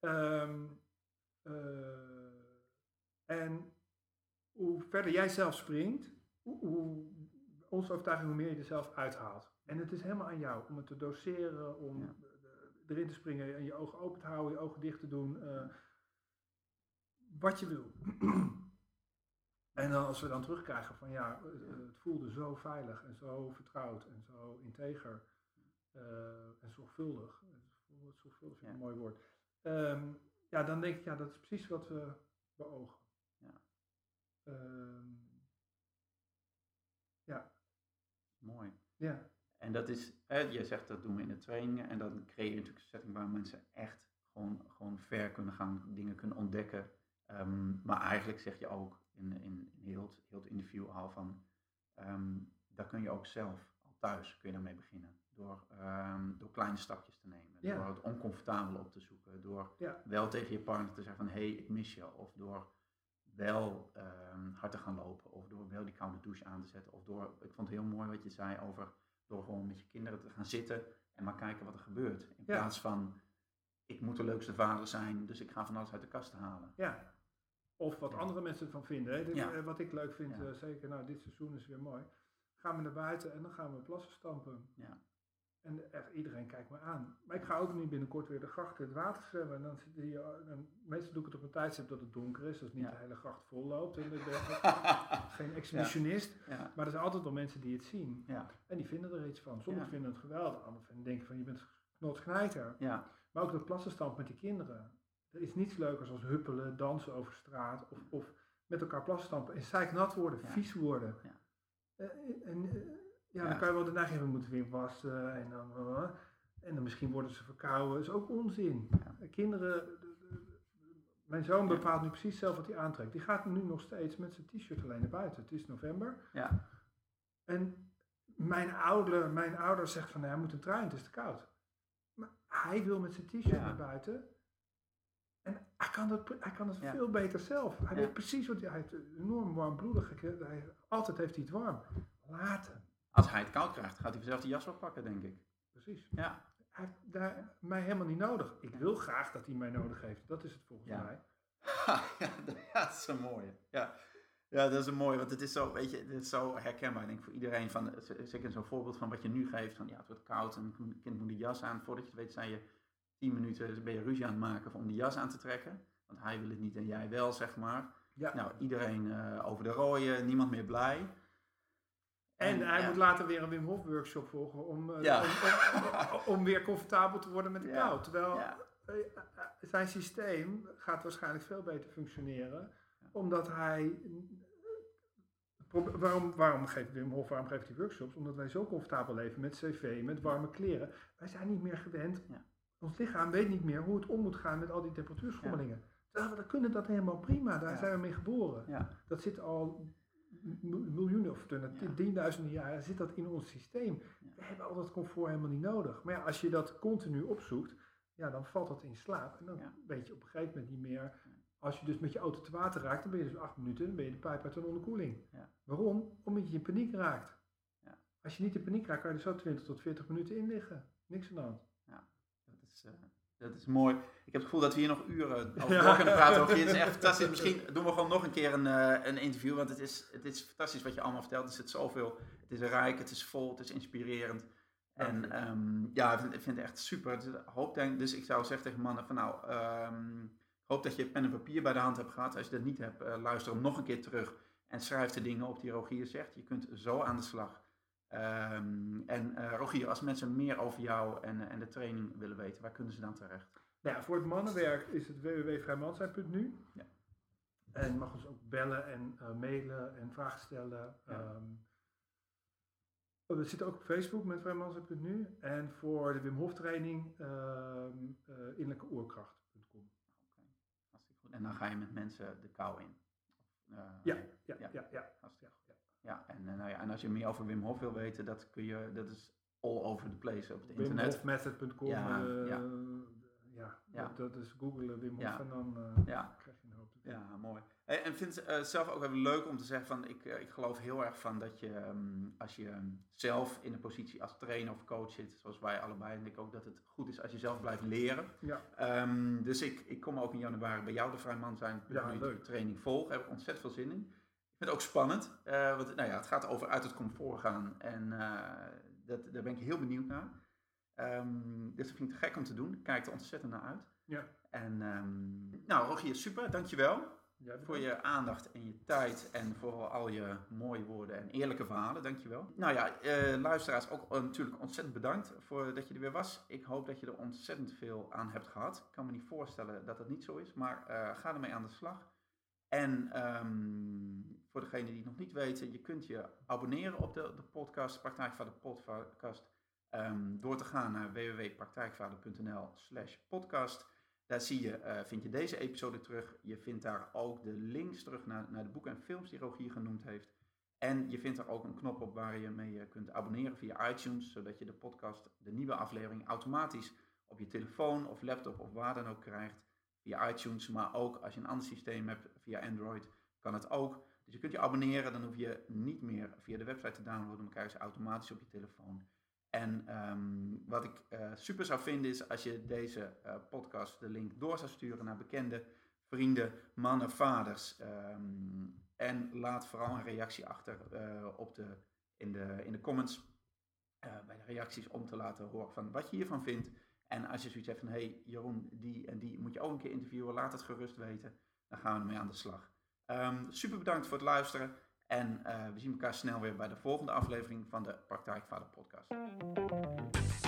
En hoe verder jij zelf springt, onze overtuiging, hoe meer je er zelf uithaalt. En het is helemaal aan jou om het te doseren, om erin te springen en je ogen open te houden, je ogen dicht te doen. Wat je wil. En dan, als we dan terugkrijgen van het voelde zo veilig en zo vertrouwd en zo integer en zorgvuldig. Zorgvuldig vind ik een mooi woord. Dan denk ik, dat is precies wat we beogen. Ja. Mooi. Ja. En dat is, je zegt dat doen we in de trainingen en dan creëer je natuurlijk een setting waar mensen echt gewoon ver kunnen gaan, dingen kunnen ontdekken. Maar eigenlijk zeg je ook in heel het interview al van, daar kun je ook zelf al thuis kun je daarmee beginnen. Door kleine stapjes te nemen, door het oncomfortabele op te zoeken, door wel tegen je partner te zeggen van hey, ik mis je. Of door wel hard te gaan lopen, of door wel die koude douche aan te zetten. Of ik vond het heel mooi wat je zei over, door gewoon met je kinderen te gaan zitten en maar kijken wat er gebeurt. In plaats van, ik moet de leukste vader zijn, dus ik ga van alles uit de kast halen. Ja. Of wat andere mensen ervan vinden. Hè. Wat ik leuk vind, zeker dit seizoen is weer mooi. Gaan we naar buiten en dan gaan we plassen stampen. Ja. En echt iedereen kijkt me aan. Maar ik ga ook nu binnenkort weer de gracht in het water zwemmen. En dan zit meestal doe ik het op een tijdstip dat het donker is. Dus niet de hele gracht vol loopt. En ik ben geen exhibitionist. Ja. Maar er zijn altijd wel mensen die het zien. Ja. En die vinden er iets van. Sommigen vinden het geweldig. Anderen denken van je bent knotknijter. Ja. Maar ook dat plassenstamp met die kinderen. Er is niets leukers als huppelen, dansen over straat. Of met elkaar plassenstampen. En zeiknat worden, vies worden. Ja. Dan kan je wel de neiging hebben, moeten weer wassen en dan misschien worden ze verkouden. Dat is ook onzin. Ja. Kinderen, mijn zoon bepaalt nu precies zelf wat hij aantrekt. Die gaat nu nog steeds met zijn t-shirt alleen naar buiten. Het is november. Ja. En mijn ouder zegt van hij moet een trui, het is te koud. Maar hij wil met zijn t-shirt naar buiten. En hij kan het veel beter zelf. Hij weet precies wat hij heeft. Enorm warmbloedig. Altijd heeft hij het warm. Laat hem. Als hij het koud krijgt, gaat hij vanzelf die jas wel pakken, denk ik. Precies. Ja. Hij heeft mij helemaal niet nodig. Ik wil graag dat hij mij nodig heeft. Dat is het volgens mij. Dat is een mooie. Ja, dat is een mooie. Want het is zo, weet je, het is zo herkenbaar. Ik denk voor iedereen van, zeker zo'n voorbeeld van wat je nu geeft. Van het wordt koud en een kind moet die jas aan. Voordat je het weet zijn je 10 minuten ben je ruzie aan het maken om die jas aan te trekken. Want hij wil het niet en jij wel, zeg maar. Ja. Nou, iedereen over de rooien, niemand meer blij. En hij moet later weer een Wim Hof workshop volgen om weer comfortabel te worden met de kou. Terwijl zijn systeem gaat waarschijnlijk veel beter functioneren. Omdat hij... Waarom geeft Wim Hof, waarom geeft hij workshops? Omdat wij zo comfortabel leven met cv, met warme kleren. Wij zijn niet meer gewend. Ja. Ons lichaam weet niet meer hoe het om moet gaan met al die temperatuurschommelingen. Terwijl we kunnen dat helemaal prima. Daar zijn we mee geboren. Ja. Dat zit al... miljoenen of 10.000 jaren zit dat in ons systeem. We hebben al dat comfort helemaal niet nodig. Maar als je dat continu opzoekt, dan valt dat in slaap. En dan weet je op een gegeven moment niet meer. Als je dus met je auto te water raakt, dan ben je dus 8 minuten, dan ben je de pijp uit een onderkoeling. Ja. Waarom? Omdat je in paniek raakt. Ja. Als je niet in paniek raakt, kan je er zo 20 tot 40 minuten in liggen. Niks aan de hand. Ja, dat is mooi. Ik heb het gevoel dat we hier nog uren over door kunnen praten. Het is echt fantastisch. Misschien doen we gewoon nog een keer een interview. Want het is fantastisch wat je allemaal vertelt. Er zit zoveel. Het is rijk, het is vol, het is inspirerend. En ik vind het echt super. Dus ik zou zeggen tegen mannen van ik hoop dat je pen en papier bij de hand hebt gehad. Als je dat niet hebt, luister hem nog een keer terug. En schrijf de dingen op die Rogier zegt. Je kunt zo aan de slag. Rogier, als mensen meer over jou en de training willen weten, waar kunnen ze dan terecht? Voor het mannenwerk is het www.vrijmanzijn.nu. Ja. En je mag ons ook bellen en mailen en vragen stellen. Ja. We zitten ook op Facebook met vrijmanzijn.nu. En voor de Wim Hof training innerlijkeoerkracht.com. Okay. Hartstikke goed. En dan ga je met mensen de kou in? Ja. Ja, en als je meer over Wim Hof wil weten, dat is all over the place op het internet. WimHofmethod.com. Dat is googlen Wim Hof en dan krijg je een hoop. Ja, mooi. En vind het zelf ook even leuk om te zeggen van, ik geloof heel erg van dat je, als je zelf in een positie als trainer of coach zit, zoals wij allebei, denk ik ook dat het goed is als je zelf blijft leren. Ja. Dus ik kom ook in januari bij jou de Vrijman zijn, de training volgen. Daar heb ik ontzettend veel zin in. Ik vind het ook spannend, want het gaat over uit het comfort gaan en daar ben ik heel benieuwd naar. Dus dat vind ik te gek om te doen. Ik kijk er ontzettend naar uit. Ja. En Rogier, super, dankjewel voor je aandacht en je tijd en voor al je mooie woorden en eerlijke verhalen, dankjewel. Luisteraars ook natuurlijk ontzettend bedankt voor dat je er weer was. Ik hoop dat je er ontzettend veel aan hebt gehad. Ik kan me niet voorstellen dat dat niet zo is, maar ga ermee aan de slag. En voor degenen die het nog niet weten, je kunt je abonneren op de podcast, Praktijkvader Podcast, door te gaan naar www.praktijkvader.nl/podcast. Daar vind je deze episode terug. Je vindt daar ook de links terug naar de boeken en films die Rogier genoemd heeft. En je vindt er ook een knop op waar je mee kunt abonneren via iTunes, zodat je de podcast, de nieuwe aflevering, automatisch op je telefoon of laptop of waar dan ook krijgt. Via iTunes, maar ook als je een ander systeem hebt via Android, kan het ook. Dus je kunt je abonneren, dan hoef je niet meer via de website te downloaden, maar krijg je ze automatisch op je telefoon. En wat ik super zou vinden is als je deze podcast, de link door zou sturen naar bekenden, vrienden, mannen, vaders. En laat vooral een reactie achter in de comments. Bij de reacties om te laten horen van wat je hiervan vindt. En als je zoiets hebt van, hey Jeroen, die en die moet je ook een keer interviewen, laat het gerust weten. Dan gaan we ermee aan de slag. Super bedankt voor het luisteren. En we zien elkaar snel weer bij de volgende aflevering van de Praktijkvader podcast.